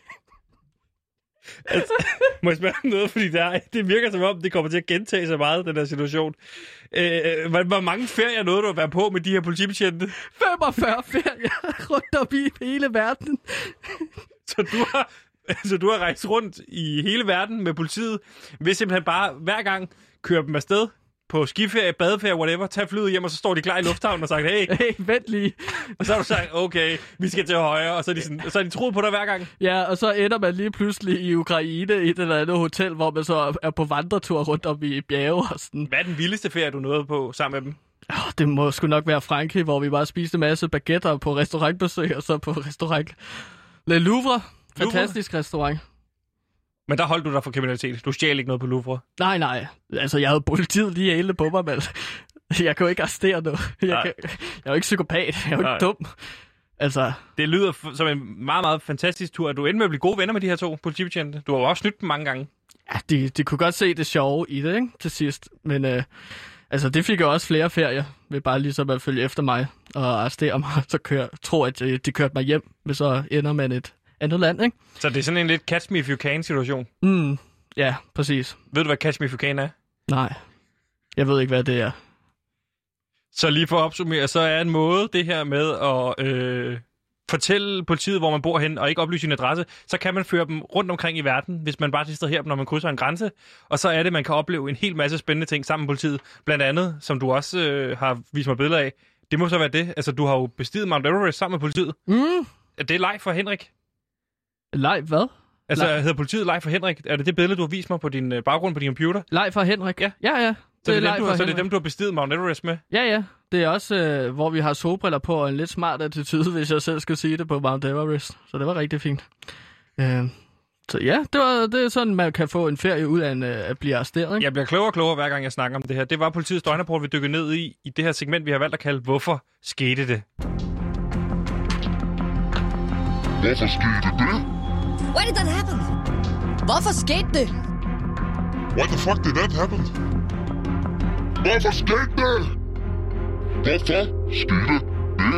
Altså, må jeg spørge om noget? Fordi der, det virker som om, det kommer til at gentage sig meget, den her situation. Øh, hvor, hvor mange ferier nåede du at være på med de her politibetjente? femogfyrre ferier rundt op i hele verden. Så du har, altså, du har rejst rundt i hele verden med politiet, ved simpelthen bare hver gang køre dem afsted på skiferie, badeferie, whatever, tage flyet hjem, og så står de klar i lufthavnen og sagt, hey, hey, vent lige. Og så har du sagt, okay, vi skal til højre, og så er de, sådan, så er de troet på dig hver gang. Ja, og så ender man lige pludselig i Ukraine i et eller andet hotel, hvor man så er på vandretur rundt om i bjerge og sådan. Hvad er den vildeste ferie, du nåede på sammen med dem? Oh, det må sgu nok være Frankrig, hvor vi bare spiste en masse baguetter på restaurantbesøg, og så på restaurant Le Louvre. Fantastisk Louvre? Restaurant. Men der holdt du dig for kriminalitet. Du stjal ikke noget på Louvre. Nej, nej. Altså, jeg havde politiet lige hele på mig, men jeg kan jo ikke arrestere noget. Jeg, kan, jeg er jo ikke psykopat. Jeg er jo ikke nej. dum. Altså... Det lyder f- som en meget, meget fantastisk tur. Du endte med at blive gode venner med de her to politibetjente. Du har jo også snydt dem mange gange. Ja, de, de kunne godt se det sjove i det, ikke? Til sidst. Men øh, altså, det fik jo også flere ferier ved bare ligesom at følge efter mig og arrestere mig. Så kør, tro, at de, de kørte mig hjem, men så ender man et andet land, ikke? Så det er sådan en lidt catch me if you can situation? Mm, ja, præcis. Ved du, hvad catch me if you can er? Nej, jeg ved ikke, hvad det er. Så lige for at opsummere, så er en måde det her med at øh, fortælle politiet, hvor man bor hen, og ikke oplyse sin adresse, så kan man føre dem rundt omkring i verden, hvis man bare distraherer dem, når man krydser en grænse. Og så er det, man kan opleve en hel masse spændende ting sammen med politiet. Blandt andet, som du også øh, har vist mig billeder af. Det må så være det. Altså, du har jo bestiget Mount Everest sammen med politiet. Mm. Det er live for Henrik. Live hvad? Altså, live. hedder politiet live for Henrik? Er det det billede, du har vist mig på din uh, baggrund på din computer? Live for Henrik? Ja. Ja, ja. Så det, er det er, dem, du har, så det er dem, du har bestiget Mount Everest med? Ja, ja. Det er også, øh, hvor vi har solbriller på og en lidt smart attitude, hvis jeg selv skal sige det, på Mount Everest. Så det var rigtig fint. Øh, så ja, det, var, det er sådan, man kan få en ferie ud af en, øh, at blive arresteret, ikke? Jeg bliver klogere og klogere, hver gang jeg snakker om det her. Det var politiets døgnrapport, vi dykkede ned i, i det her segment, vi har valgt at kalde, hvorfor skete det? Hvorfor skete det? Why did that happen? Hvorfor skete det? Why the fuck did that happen? Hvorfor skete det? Hvorfor skete det?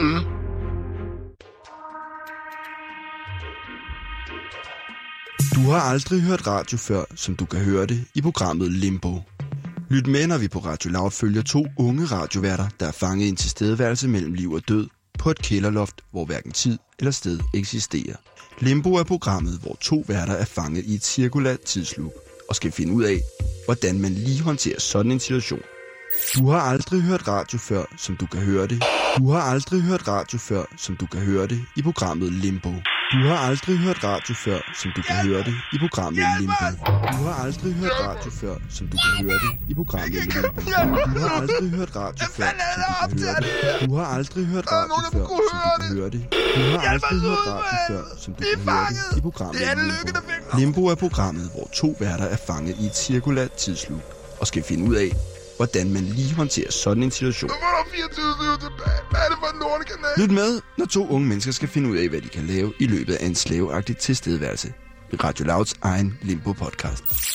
Du har aldrig hørt radio før, som du kan høre det i programmet Limbo. Lyt med, når vi på Radio Loud følger to unge radioværter, der er fanget i en tilstedeværelse mellem liv og død på et kælderloft, hvor hverken tid eller sted eksisterer. Limbo er programmet, hvor to værter er fanget i et cirkulært tidsloop og skal finde ud af, hvordan man lige håndterer sådan en situation. Du har aldrig hørt radio før, som du kan høre det. Du har aldrig hørt radio før, som du kan høre det i programmet Limbo. Du har aldrig hørt radio før, som du kan høre det i programmet Limbo. Du har aldrig hørt radio før, som du kan høre det i programmet Limbo. Du har aldrig hørt radio før, som du kan høre det. Du har aldrig hørt radio før, som du kan høre det. Du har aldrig hørt radio før, som du kan høre det i programmet Limbo. Limbo er programmet, hvor to værter er fanget i et cirkulært tidsloop og skal finde ud af, hvordan man lige håndterer sådan en situation. Lyt med, når to unge mennesker skal finde ud af, hvad de kan lave i løbet af en slaveagtig tilstedeværelse. I Radio Louds egen Limbo-podcast.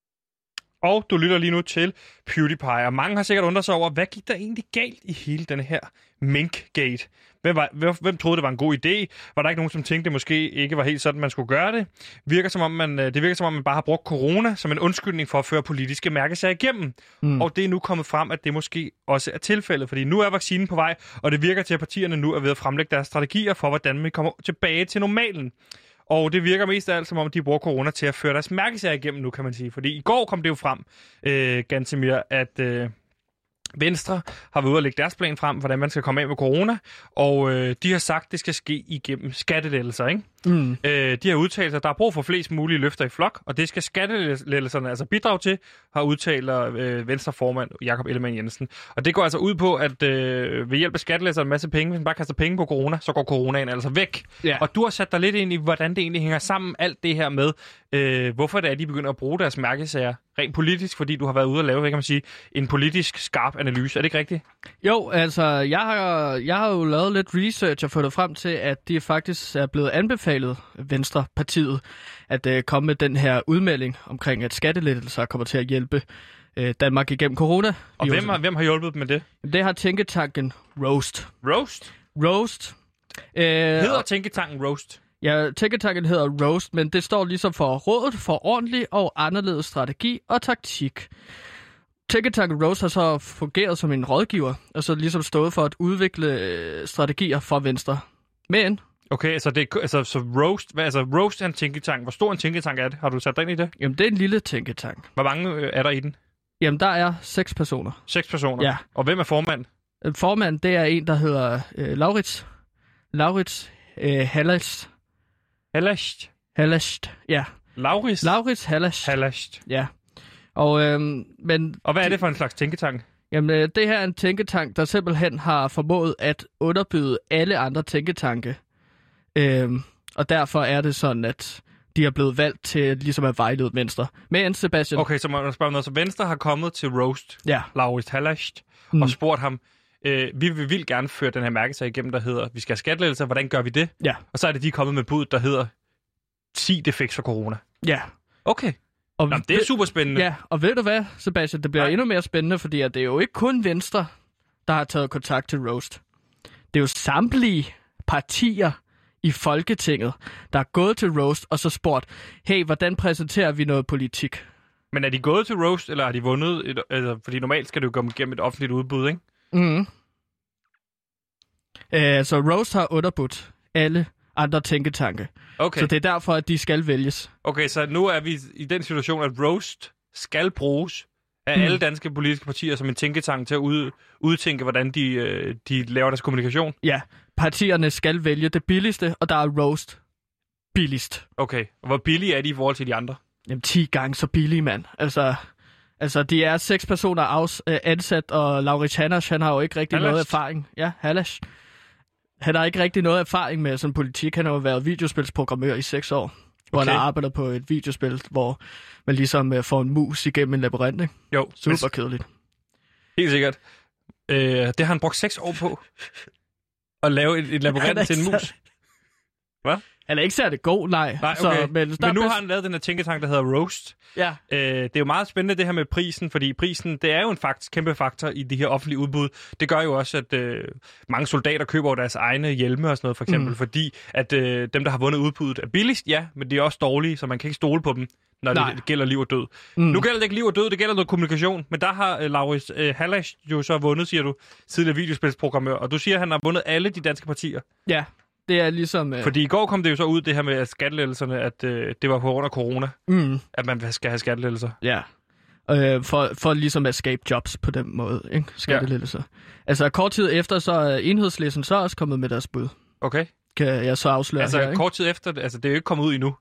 Og du lytter lige nu til PewDiePie, og mange har sikkert undret sig over, hvad gik der egentlig galt i hele denne her Mink-gate? Hvem, var, hvem, hvem troede, det var en god idé? Var der ikke nogen, som tænkte, det måske ikke var helt sådan, man skulle gøre det? Virker som om man, det virker som om, man bare har brugt corona som en undskyldning for at føre politiske mærkesager igennem. Mm. Og det er nu kommet frem, at det måske også er tilfældet, fordi nu er vaccinen på vej, og det virker til, at partierne nu er ved at fremlægge deres strategier for, hvordan vi kommer tilbage til normalen. Og det virker mest af alt, som om de bruger corona til at føre deres mærkesager igennem nu, kan man sige. Fordi i går kom det jo frem, øh, Gantemir, at øh, Venstre har været ude at lægge deres plan frem, hvordan man skal komme af med corona. Og øh, de har sagt, at det skal ske igennem skattelettelser, ikke? Mm. Øh, de har udtalt sig, at der er brug for flest mulige løfter i flok, og det skal skattelettelserne altså bidrage til, har udtaler øh, Venstre-formand Jakob Ellemann-Jensen. Og det går altså ud på, at øh, ved hjælp af skattelettelser en masse penge, hvis man bare kaster penge på corona, så går coronaen altså væk. Ja. Og du har sat dig lidt ind i, hvordan det egentlig hænger sammen, alt det her med, øh, hvorfor det er, de begynder at bruge deres mærkesager rent politisk, fordi du har været ude at lave, hvad kan man sige, en politisk skarp analyse. Er det ikke rigtigt? Jo, altså, jeg har, jeg har jo lavet lidt research og fundet frem til, at de faktisk er blevet anbefalet, Venstrepartiet, at øh, komme med den her udmelding omkring, at skattelettelser kommer til at hjælpe øh, Danmark igennem corona. Og hvem har, hvem har hjulpet dem med det? Det har tænketanken Roast. Roast? Roast. Øh, hedder tænketanken Roast? Ja, tænketanken hedder Roast, men det står ligesom for Rådet for ordentlig og anderledes strategi og taktik. Tænketanken Roast har så fungeret som en rådgiver, og så ligesom stået for at udvikle øh, strategier for Venstre. Men... Okay, altså, det, altså så Roast, hvad, altså Roast er en tænketank. Hvor stor en tænketank er det? Har du sat dig ind i det? Jamen, det er en lille tænketank. Hvor mange øh, er der i den? Jamen, der er seks personer. Seks personer? Ja. Og hvem er formand? Formand, det er en, der hedder øh, Laurits. Laurits øh, Hallast. Hallast? Hallast, ja. Laurits? Laurits Hallast. Hallast. Ja. Og, øh, men, og hvad er det for en slags tænketank? Jamen, øh, det her er en tænketank, der simpelthen har formået at underbyde alle andre tænketanke. Øhm, og derfor er det sådan, at de er blevet valgt til ligesom at vejlede Venstre. Men Sebastian... Okay, så må jeg spørge noget. Så Venstre har kommet til Roast, ja. Laurits Hallast, mm. og spurgt ham, øh, vi vil vildt gerne føre den her mærkesag igennem, der hedder, vi skal have skattelettelser, hvordan gør vi det? Ja. Og så er det de kommet med bud, der hedder, sig det fix for corona. Ja. Okay. Og Nå, det er super spændende. Ja, og ved du hvad, Sebastian, det bliver Nej. endnu mere spændende, fordi at det er jo ikke kun Venstre, der har taget kontakt til Roast. Det er jo samtlige partier i Folketinget, der er gået til Roast og så spurgt, hey, hvordan præsenterer vi noget politik? Men er de gået til Roast, eller har de vundet? Et, altså, fordi normalt skal det jo komme igennem et offentligt udbud, ikke? Mhm. Øh, så Roast har underbudt alle andre tænketanke. Okay. Så det er derfor, at de skal vælges. Okay, så nu er vi i den situation, at Roast skal bruges af mm. alle danske politiske partier som en tænketank til at ud, udtænke, hvordan de, øh, de laver deres kommunikation? Ja, partierne skal vælge det billigste, og der er Roast billigst. Okay, og hvor billige er de i forhold til de andre? Jamen, ti gange så billige, mand. Altså, Altså, de er seks personer afs- øh, ansat, og Laurits Halasch, han har jo ikke rigtig Halasch. noget erfaring. Ja, Halasch. Han har ikke rigtig noget erfaring med sådan politik. Han har jo været videospilsprogrammør i seks år, hvor Okay. han har arbejdet på et videospil, hvor man ligesom øh, får en mus igennem en labyrint, ikke? Jo, Super kedeligt. helt sikkert. Øh, det har han brugt seks år på. At lave et, et Han er labyrint til en ikke mus. Hvad? Han er ikke særlig god, nej. Nej, Så, okay. men, Men der nu er har han lavet den her tænketank, der hedder Roast. Ja, Øh, det er jo meget spændende det her med prisen, fordi prisen, det er jo en faktisk kæmpe faktor i de her offentlige udbud. Det gør jo også, at øh, mange soldater køber deres egne hjelme og sådan noget, for eksempel, mm. fordi at øh, dem, der har vundet udbuddet, er billigst, ja, men de er også dårlige, så man kan ikke stole på dem, når Nej. det gælder liv og død. Mm. Nu gælder det ikke liv og død, det gælder noget kommunikation, men der har øh, Laurits øh, Halasch jo så vundet, siger du, tidligere videospilsprogrammør, og du siger, at han har vundet alle de danske partier. ja. Det er ligesom... Øh, Fordi i går kom det jo så ud, det her med at skattelettelserne, at øh, det var på grund af corona, mm, at man skal have skattelettelser. ja. Øh, for, for ligesom at skabe jobs på den måde, ikke? Skattelettelser. Ja. Altså, kort tid efter, så er Enhedslisten så også kommet med deres bud. Okay? Kan jeg så afsløre Altså her, ikke? kort tid efter, altså det er jo ikke kommet ud endnu.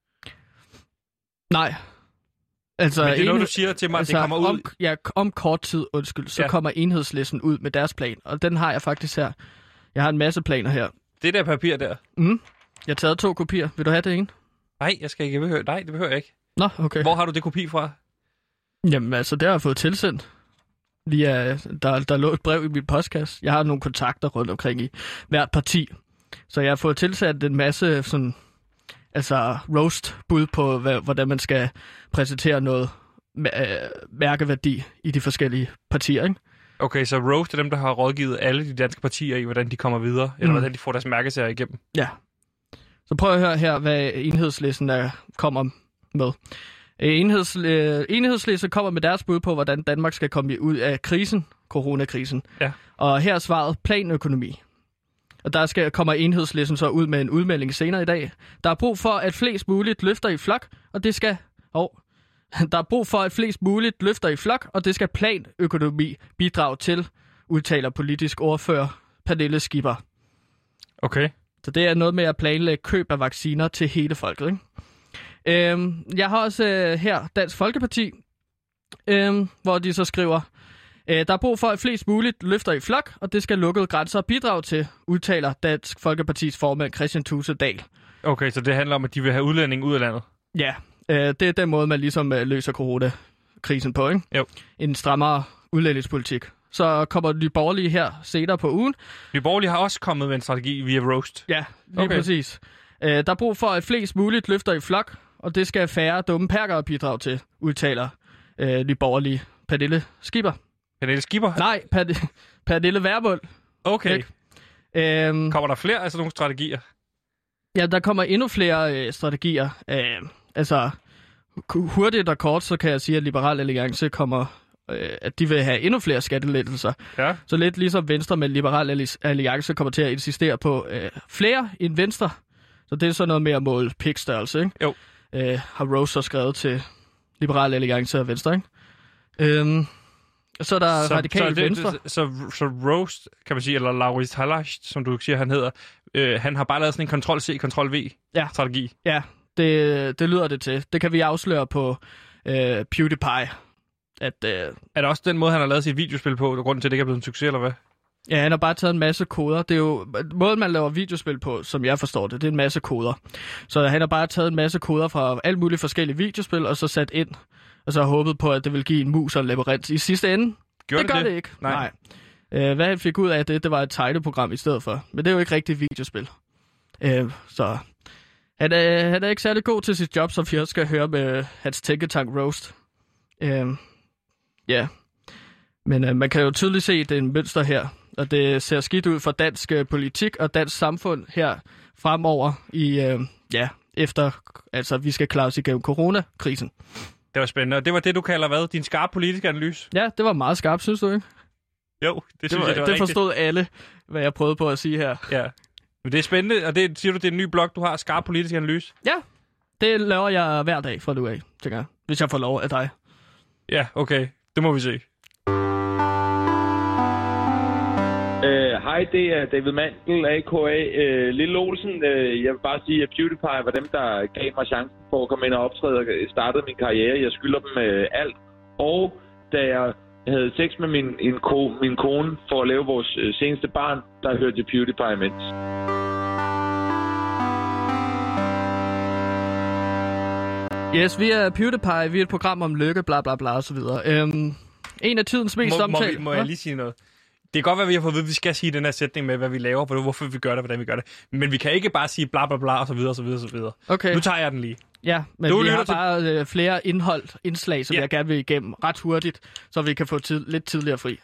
Nej. Altså, Men det er noget, enhed- du siger til mig, at altså, det kommer ud. Om, ja, om kort tid, undskyld, så Ja. ja. kommer Enhedslisten ud med deres plan. Og den har jeg faktisk her. Jeg har en masse planer her. Det der papir der. Mm. Jeg har taget to kopier. Vil du have det ene? Nej, jeg skal ikke behøve. Nej, det behøver jeg ikke. Nå, okay. Hvor har du det kopi fra? Jamen, altså, det har jeg fået tilsendt. Via, der, der lå et brev i min postkasse. Jeg har nogle kontakter rundt omkring i hvert parti. Så jeg har fået tilsendt en masse sådan, altså roast-bud på, hvad, hvordan man skal præsentere noget øh, mærkeværdi i de forskellige partier, ikke? Okay, så Roast er dem, der har rådgivet alle de danske partier i, hvordan de kommer videre, mm. eller hvordan de får deres mærkesager igennem. Ja. Så prøv at høre her, hvad Enhedslisten er, kommer med. Enheds, øh, Enhedslisten kommer med deres bud på, hvordan Danmark skal komme ud af krisen, coronakrisen. Ja. Og her er svaret planøkonomi. Og der skal, kommer Enhedslisten så ud med en udmelding senere i dag. Der er brug for, at flest muligt løfter i flok, og det skal... Oh, der er brug for, at flest muligt løfter i flok, og det skal planøkonomi bidrage til, udtaler politisk ordfører Pernille Skipper. Okay. Så det er noget med at planlægge køb af vacciner til hele folket, ikke? Øhm, jeg har også øh, her Dansk Folkeparti, øhm, hvor de så skriver, øh, der er brug for, at flest muligt løfter i flok, og det skal lukkede grænser bidrage til, udtaler Dansk Folkepartis formand Christian Thulesen Dahl. Okay, så det handler om, at de vil have udlændinge ud af landet. Ja, øh, det er den måde, man ligesom øh, løser coronakrisen på, ikke? Jo. En strammere udlændingspolitik. Så kommer de borgerlige her senere på ugen. De borgerlige har også kommet med en strategi via Roast. Ja, lige Okay. præcis. Øh, der er brug for, at flest muligt løfter i flok, og det skal færre dumme perkere bidrage til, udtaler øh, de borgerlige Pernille Skipper. Pernille Skipper? Nej, Per- Pernille Vermund. Okay. Ikke? Øhm, Kommer der flere af sådan nogle strategier? ja, der kommer endnu flere øh, strategier. Øh, altså, hu- hurtigt og kort, så kan jeg sige, at Liberal Alliance kommer, øh, at de vil have endnu flere skattelettelser. Ja. Så lidt ligesom Venstre med Liberal Alliance kommer til at insistere på øh, flere end Venstre. Så det er sådan noget med at måle pikstørrelse, ikke? Jo. Øh, har Rose så skrevet til Liberal Alliance og Venstre, ikke? Øhm, så er der så, Radikale så, det, Venstre. Så, så, så Roast, kan man sige, eller Laurits Halasch, som du siger, han hedder, øh, han har bare lavet sådan en Ctrl-C, Ctrl-V-strategi. Ja. Ja, det, det lyder det til. Det kan vi afsløre på øh, PewDiePie. At, øh, Er det også den måde, han har lavet sit videospil på, og grunden til, at det ikke er blevet en succes, eller hvad? ja, han har bare taget en masse koder. Det er jo måden, man laver videospil på, som jeg forstår det, det er en masse koder. Så han har bare taget en masse koder fra alle mulige forskellige videospil, og så sat ind, og så har håbet på, at det vil give en mus og en labyrint i sidste ende. Gjorde det gør det? det ikke. Nej. Nej. Øh, hvad han fik ud af det, det var et tegneprogram i stedet for. Men det er jo ikke rigtigt videospil. Øh, så han er, han er ikke særlig god til sit job, som vi også skal høre med hans tænketank Roast. Øh, ja. Men øh, man kan jo tydeligt se, at det er en mønster her. Og det ser skidt ud for dansk øh, politik og dansk samfund her fremover i, øh, ja, efter, altså vi skal klare os igennem coronakrisen. Det var spændende. Og det var det, du kalder hvad? Din skarpe politiske analyse? Ja, det var meget skarpt, synes du ikke? Jo, det, Det, synes var, jeg, det var det rigtigt. forstod alle, hvad jeg prøvede på at sige her. Ja. Men det er spændende, og det siger du, det er en ny blog, du har, skarp politisk analyse? Ja, det laver jeg hver dag fra nu af, tænker jeg. Hvis jeg får lov af dig. Ja, okay. Det må vi se. Hej, uh, det er David Mandel, A K A uh, Lille Olsen. Uh, jeg vil bare sige, at PewDiePie var dem, der gav mig chancen for at komme ind og optræde og startede min karriere. Jeg skylder dem uh, alt. og da jeg havde sex med min, en ko, min kone for at lave vores øh, seneste barn, der hørte jeg PewDiePie imens. Yes, vi er PewDiePie, vi er et program om lykke, bla bla bla og så videre. Øhm, en af tidens mest må, må, omtalte... vi, må jeg lige sige noget? Det kan godt være, at vi har fået at vide, at vi skal sige den her sætning med, hvad vi laver, hvorfor vi gør det, hvordan vi gør det. Men vi kan ikke bare sige bla bla bla og så videre og så videre og så videre. Okay. Nu tager jeg den lige. Ja, men du vi har til... bare øh, flere indhold, indslag, som ja. jeg gerne vil igennem ret hurtigt, så vi kan få tid, lidt tidligere fri.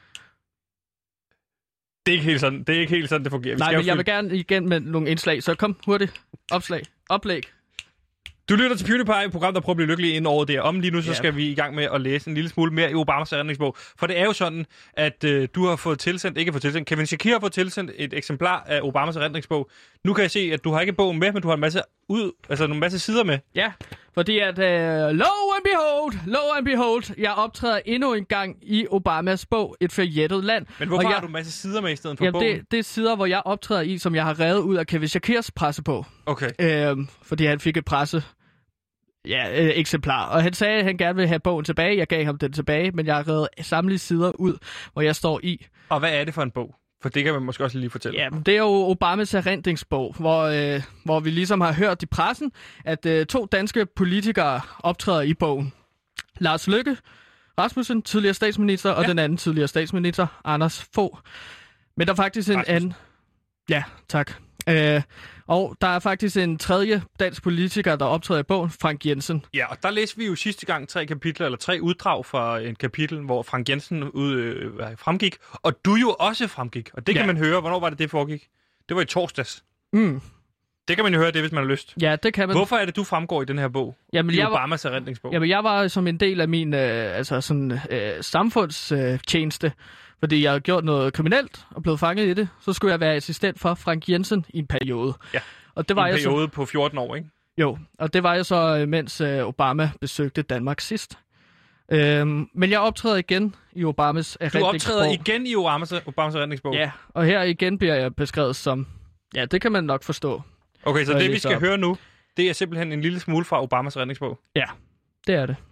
Det er ikke helt sådan, det, er ikke helt sådan, det fungerer. Vi Nej, skal men jeg vil gerne igen med nogle indslag, så kom hurtigt. Opslag. Oplæg. Du lytter til PewDiePie, et program, der prøver at blive lykkelig inden året der. Om lige nu, så Ja. skal vi i gang med at læse en lille smule mere i Obamas erindringsbog. For det er jo sådan, at øh, du har fået tilsendt, ikke fået tilsendt, Kevin Shakir har fået tilsendt et eksemplar af Obamas erindringsbog. Nu kan jeg se, at du har ikke bogen med, men du har en masse, ud, altså en masse sider med. Ja, fordi at, uh, lo and behold, lo and behold, jeg optræder endnu en gang i Obamas bog, Et forjættet land. Men hvorfor og jeg, har du en masse sider med i stedet for jamen, bogen? det, det er sider, hvor jeg optræder i, som jeg har revet ud af Kevin Shakirs pressebog. Okay. Øhm, fordi han fik et presse... Ja, øh, eksemplar. Og han sagde, at han gerne ville have bogen tilbage. Jeg gav ham den tilbage, men jeg har revet samtlige sider ud, hvor jeg står i. Og hvad er det for en bog? For det kan man måske også lige fortælle. Ja, det er jo Obamas erindringsbog, hvor, øh, hvor vi ligesom har hørt i pressen, at øh, to danske politikere optræder i bogen. Lars Løkke Rasmussen, tidligere statsminister, og ja. den anden tidligere statsminister, Anders Fogh. Men der er faktisk en Rasmussen. anden... Ja, tak. Øh, og der er faktisk en tredje dansk politiker, der optræder i bogen, Frank Jensen. Ja, og der læste vi jo sidste gang tre kapitler, eller tre uddrag fra en kapitel, hvor Frank Jensen ud, øh, fremgik, og du jo også fremgik. Og det kan Ja. man høre. Hvornår var det, det foregik? Det var i torsdags. Mm. Det kan man jo høre, det hvis man har lyst. Ja, det kan man. Hvorfor er det, du fremgår i den her bog? Jamen, I jeg var, Obamas erindringsbog. jamen, jeg var som en del af min øh, altså sådan, øh, samfundstjeneste, øh, fordi jeg havde gjort noget kriminelt og blevet fanget i det. Så skulle jeg være assistent for Frank Jensen i en periode. Ja, og det var en jeg periode så, på fjorten år, ikke? Jo, og det var jeg så, øh, mens øh, Obama besøgte Danmark sidst. Øhm, men jeg optræder igen i Obamas Du erindringsbog. optræder igen i Obamas, Obamas erindringsbog? Ja, og her igen bliver jeg beskrevet som... Ja, det kan man nok forstå. Okay, så Og jeg det vi læser skal op. høre nu, det er simpelthen en lille smule fra Obamas erindringsbog. Ja, det er det.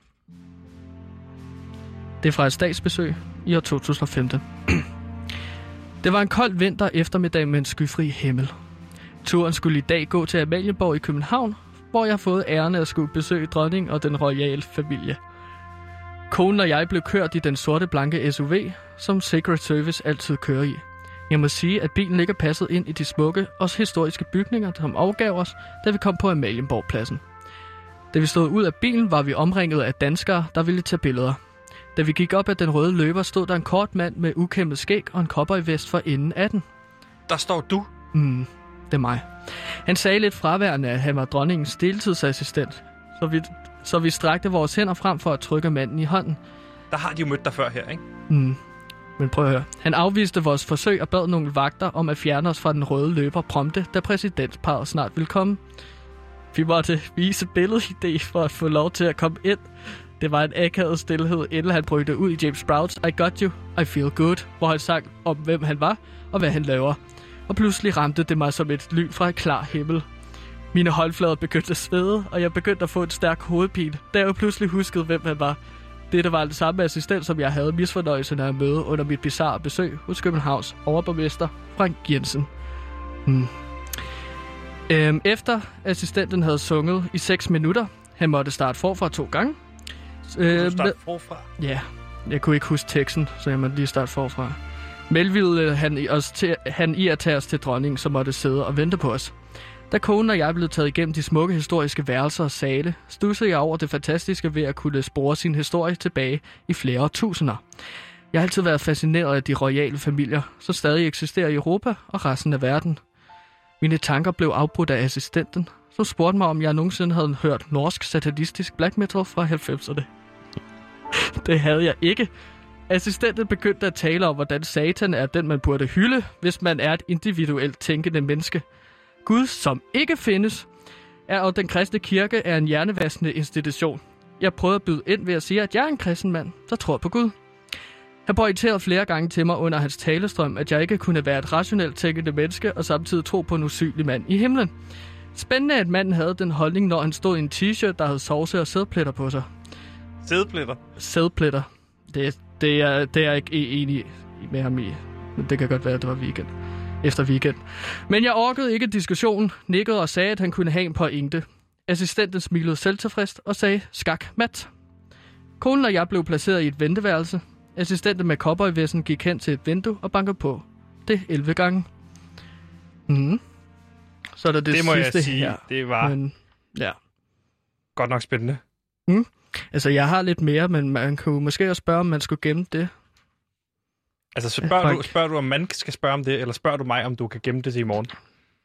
Det er fra et statsbesøg i år to tusind og femten. Det var en kold vinter eftermiddag med en skyfri himmel. Turen skulle i dag gå til Amalienborg i København, hvor jeg har fået æren af at skulle besøge dronningen og den royale familie. Konen og jeg blev kørt i den sorte blanke S U V, som Secret Service altid kører i. Jeg må sige, at bilen ikke er passet ind i de smukke og historiske bygninger, som afgav os, da vi kom på Amalienborgpladsen. Da vi stod ud af bilen, var vi omringet af danskere, der ville tage billeder. Da vi gik op ad den røde løber, stod der en kort mand med ukæmmet skæg og en cowboyvest for enden af den. Der står du. Mm, det er mig. Han sagde lidt fraværende, at han var dronningens deltidsassistent, så vi, så vi strakte vores hænder frem for at trykke manden i hånden. Der har de jo mødt dig før her, ikke? Mm. Men prøv at høre. Han afviste vores forsøg og bad nogle vagter om at fjerne os fra den røde løber prompte, da præsidentsparret snart ville komme. Vi måtte vise billedidé for at få lov til at komme ind. Det var en akavet stillhed, inden han brugte ud i James Browns I Got You, I Feel Good, hvor han sang om, hvem han var og hvad han laver. Og pludselig ramte det mig som et lyn fra en klar himmel. Mine håndflader begyndte at svede, og jeg begyndte at få en stærk hovedpine, da jeg pludselig huskede, hvem han var. Dette var den samme assistent, som jeg havde misfornøjelsen af at møde under mit bizarre besøg hos Københavns overborgmester Frank Jensen. Hmm. Øhm, efter assistenten havde sunget i seks minutter, han måtte starte forfra to gange. Du starter forfra. Ja, jeg kunne ikke huske teksten, så jeg måtte lige starte forfra. Melville han, i os til, han i at tage os til dronningen, som måtte sidde og vente på os. Da konen og jeg blev taget igennem de smukke historiske værelser og sale, studsede jeg over det fantastiske ved at kunne spore sin historie tilbage i flere årtusinder. Jeg har altid været fascineret af de royale familier, som stadig eksisterer i Europa og resten af verden. Mine tanker blev afbrudt af assistenten, som spurgte mig, om jeg nogensinde havde hørt norsk satanistisk black metal fra halvfemserne. Det havde jeg ikke. Assistenten begyndte at tale om, hvordan Satan er den, man burde hylde, hvis man er et individuelt tænkende menneske. Gud, som ikke findes, er, og den kristne kirke er en hjernevaskende institution. Jeg prøvede at byde ind ved at sige, at jeg er en kristen mand, der tror på Gud. Han pointerede flere gange til mig under hans talestrøm, at jeg ikke kunne være et rationelt tænkende menneske og samtidig tro på en usynlig mand i himlen. Spændende, at manden havde den holdning, når han stod i en t-shirt, der havde sovse og sædpletter på sig. Sædepletter. Sædpletter. Det, det, er, det er jeg ikke enig med ham i. Men det kan godt være, at det var weekend. Efter weekend. Men jeg orkede ikke diskussionen, nikkede og sagde, at han kunne have en pointe. Assistenten smilede selvtilfredst og sagde, skak, mat. Konen og jeg blev placeret i et venteværelse. Assistenten med cowboyvesten gik hen til et vindue og bankede på. Det elleve gange. Mm. Så er der det, det må sidste jeg sige, her. det var Men, ja. godt nok spændende. Mm. Altså, jeg har lidt mere, men man kunne måske også spørge, om man skulle gemme det. Altså, spørger du, spørger du, om man skal spørge om det, eller spørger du mig, om du kan gemme det til i morgen?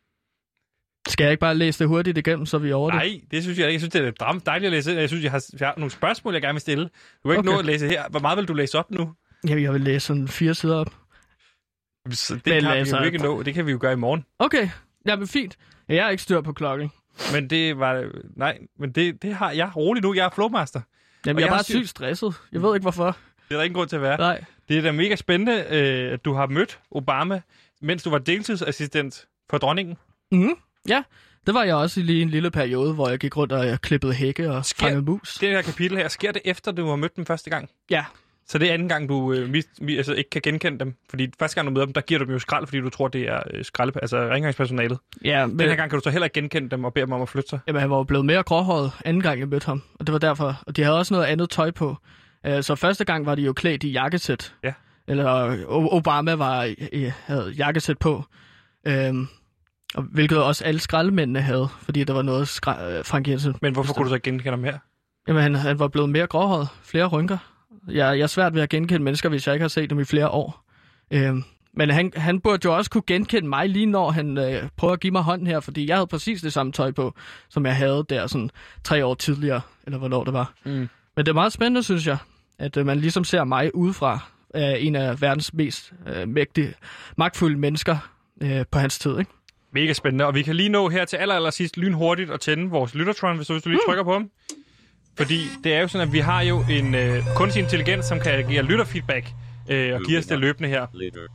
Skal jeg ikke bare læse det hurtigt igennem, så vi er over det? Nej, det synes jeg ikke. Jeg synes, det er dram- dejligt at læse. Jeg synes, jeg har, jeg har nogle spørgsmål, jeg gerne vil stille. Du vil ikke Okay. nå at læse her. Hvor meget vil du læse op nu? Jamen, jeg vil læse sådan fire sider op. Så det Men kan vi altså- jo ikke nå. Det kan vi jo gøre i morgen. Okay, jamen fint. Jeg er ikke styr på klokken. Men det var... Nej, men det, det har jeg roligt nu. Jeg er flowmaster. Jamen, Og jeg er jeg har bare styr- sygt stresset. Jeg ved ikke, hvorfor. Det er der ingen grund til at være. Nej. Det er da mega spændende, øh, at du har mødt Obama, mens du var deltidsassistent for dronningen. Mm-hmm. Ja, det var jeg også i lige en lille periode, hvor jeg gik rundt og jeg klippede hække og Sker- fangede mus. Det her kapitel her, sker det efter, du har mødt dem første gang? Ja. Så det er anden gang, du øh, mis, mis, altså ikke kan genkende dem? Fordi første gang, du møder dem, der giver du dem jo skrald, fordi du tror, det er øh, skrald, altså rengøringspersonalet. Ja, men, Den her gang kan du så heller ikke genkende dem og bede dem om at flytte sig. jamen, han var jo blevet mere gråhåret anden gang, jeg mødte ham. Og det var derfor. Og de havde også noget andet tøj på. Uh, så første gang var de jo klædt i jakkesæt. Ja. Eller uh, Obama var, uh, havde jakkesæt på. Um, og hvilket også alle skraldemændene havde, fordi der var noget skra- uh, Frank Jensen. Men hvorfor kunne du så ikke genkende dem her? Jamen, han, han var blevet mere gråhåret. Flere rynker. Jeg, jeg er svært ved at genkende mennesker, hvis jeg ikke har set dem i flere år. Øhm, men han, han burde jo også kunne genkende mig, lige når han øh, prøver at give mig hånden her, fordi jeg havde præcis det samme tøj på, som jeg havde der sådan tre år tidligere, eller hvornår det var. Mm. Men det er meget spændende, synes jeg, at øh, man ligesom ser mig udefra, øh, en af verdens mest øh, mægtige, magtfulde mennesker øh, på hans tid, ikke? Mega spændende, og vi kan lige nå her til aller, aller sidst lynhurtigt at tænde vores Lyttertron, hvis du, hvis du lige trykker på ham. Fordi det er jo sådan, at vi har jo en øh, kunstig intelligens, som kan give lytterfeedback øh, og give os det løbende her.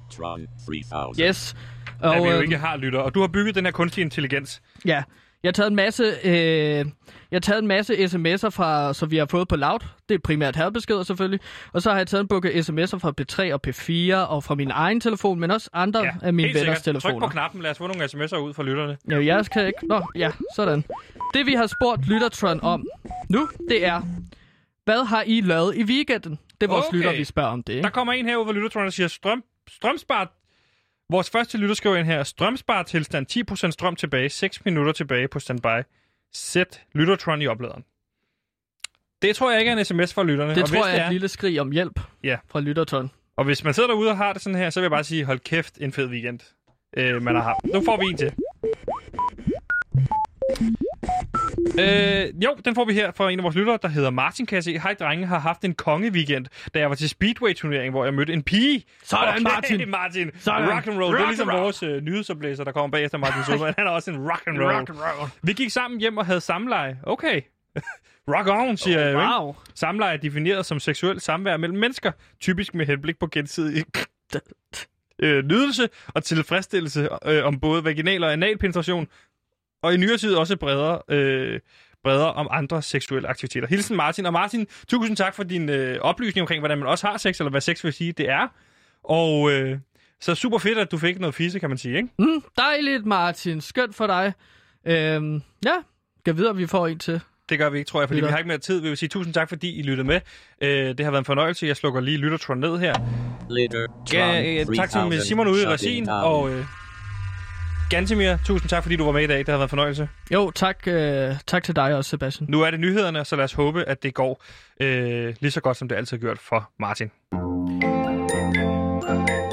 Yes. Og, Og, at vi jo øh, ikke har lytter. Og du har bygget den her kunstig intelligens. Ja, jeg har taget en masse, øh, jeg har taget en masse sms'er fra, så vi har fået på Loud. Det er primært hadbeskeder selvfølgelig. Og så har jeg taget en bukke sms'er fra P tre og P fire og fra min egen telefon, men også andre Ja, af mine helt venners sikkert. Tryk telefoner. på knappen. Lad os få nogle sms'er ud fra lytterne. Ja, jeg kan ikke. Nå, ja, sådan. Det vi har spurgt Lyttertron om nu, det er, hvad har I lavet i weekenden? Det er vores Okay. lytter, vi spørger om det, ikke? Der kommer en herude fra Lyttertron, der siger, strøm, strømspart. Vores første lytter skriver ind her, strømspartilstand, ti procent strøm tilbage, seks minutter tilbage på standby. Sæt Lyttertron i opladeren. Det tror jeg ikke er en sms fra lytterne. Det og tror hvis jeg det er et lille skrig om hjælp Ja. fra Lytterton. Og hvis man sidder derude og har det sådan her, så vil jeg bare sige, hold kæft, en fed weekend, øh, man har haft. Nu får vi en til. Øh, jo, den får vi her fra en af vores lyttere, der hedder Martin, kan jeg se. Hej drenge, har haft en kongeweekend, da jeg var til Speedway-turnering, hvor jeg mødte en pige. Sådan, okay, Martin. Martin. Sådan. Rock and roll. Det er Rock ligesom and roll. vores øh, nyhedsoplæser, der kommer bagefter Martin Solberg. Han er også en rock and roll. Rock and roll. Vi gik sammen hjem og havde samleje. Okay. Rock on, siger jeg jo, ikke? Wow. Samleje er defineret som seksuelt samvær mellem mennesker, typisk med henblik på gensidig øh, nydelse og tilfredsstillelse øh, om både vaginal og anal penetration, og i nyere tid også bredere, øh, bredere om andre seksuelle aktiviteter. Hilsen Martin. Og Martin, tusind tak for din øh, oplysning omkring, hvordan man også har sex, eller hvad sex vil sige, det er. Og øh, så super fedt, at du fik noget fisse, kan man sige, ikke? Mm, dejligt, Martin. Skønt for dig. Øhm, ja, kan videre, vi får en til. Det gør vi ikke, tror jeg, fordi Lytter. vi har ikke mere tid. Vi vil sige tusind tak, fordi I lyttede med. Øh, det har været en fornøjelse. Jeg slukker lige Lyttertron ned her. Ja, øh, tak til Simon ude i regien, og øh, Gantemir, tusind tak, fordi du var med i dag. Det har været en fornøjelse. Jo, tak, øh, tak til dig også, Sebastian. Nu er det nyhederne, så lad os håbe, at det går øh, lige så godt, som det altid har gjort for Martin.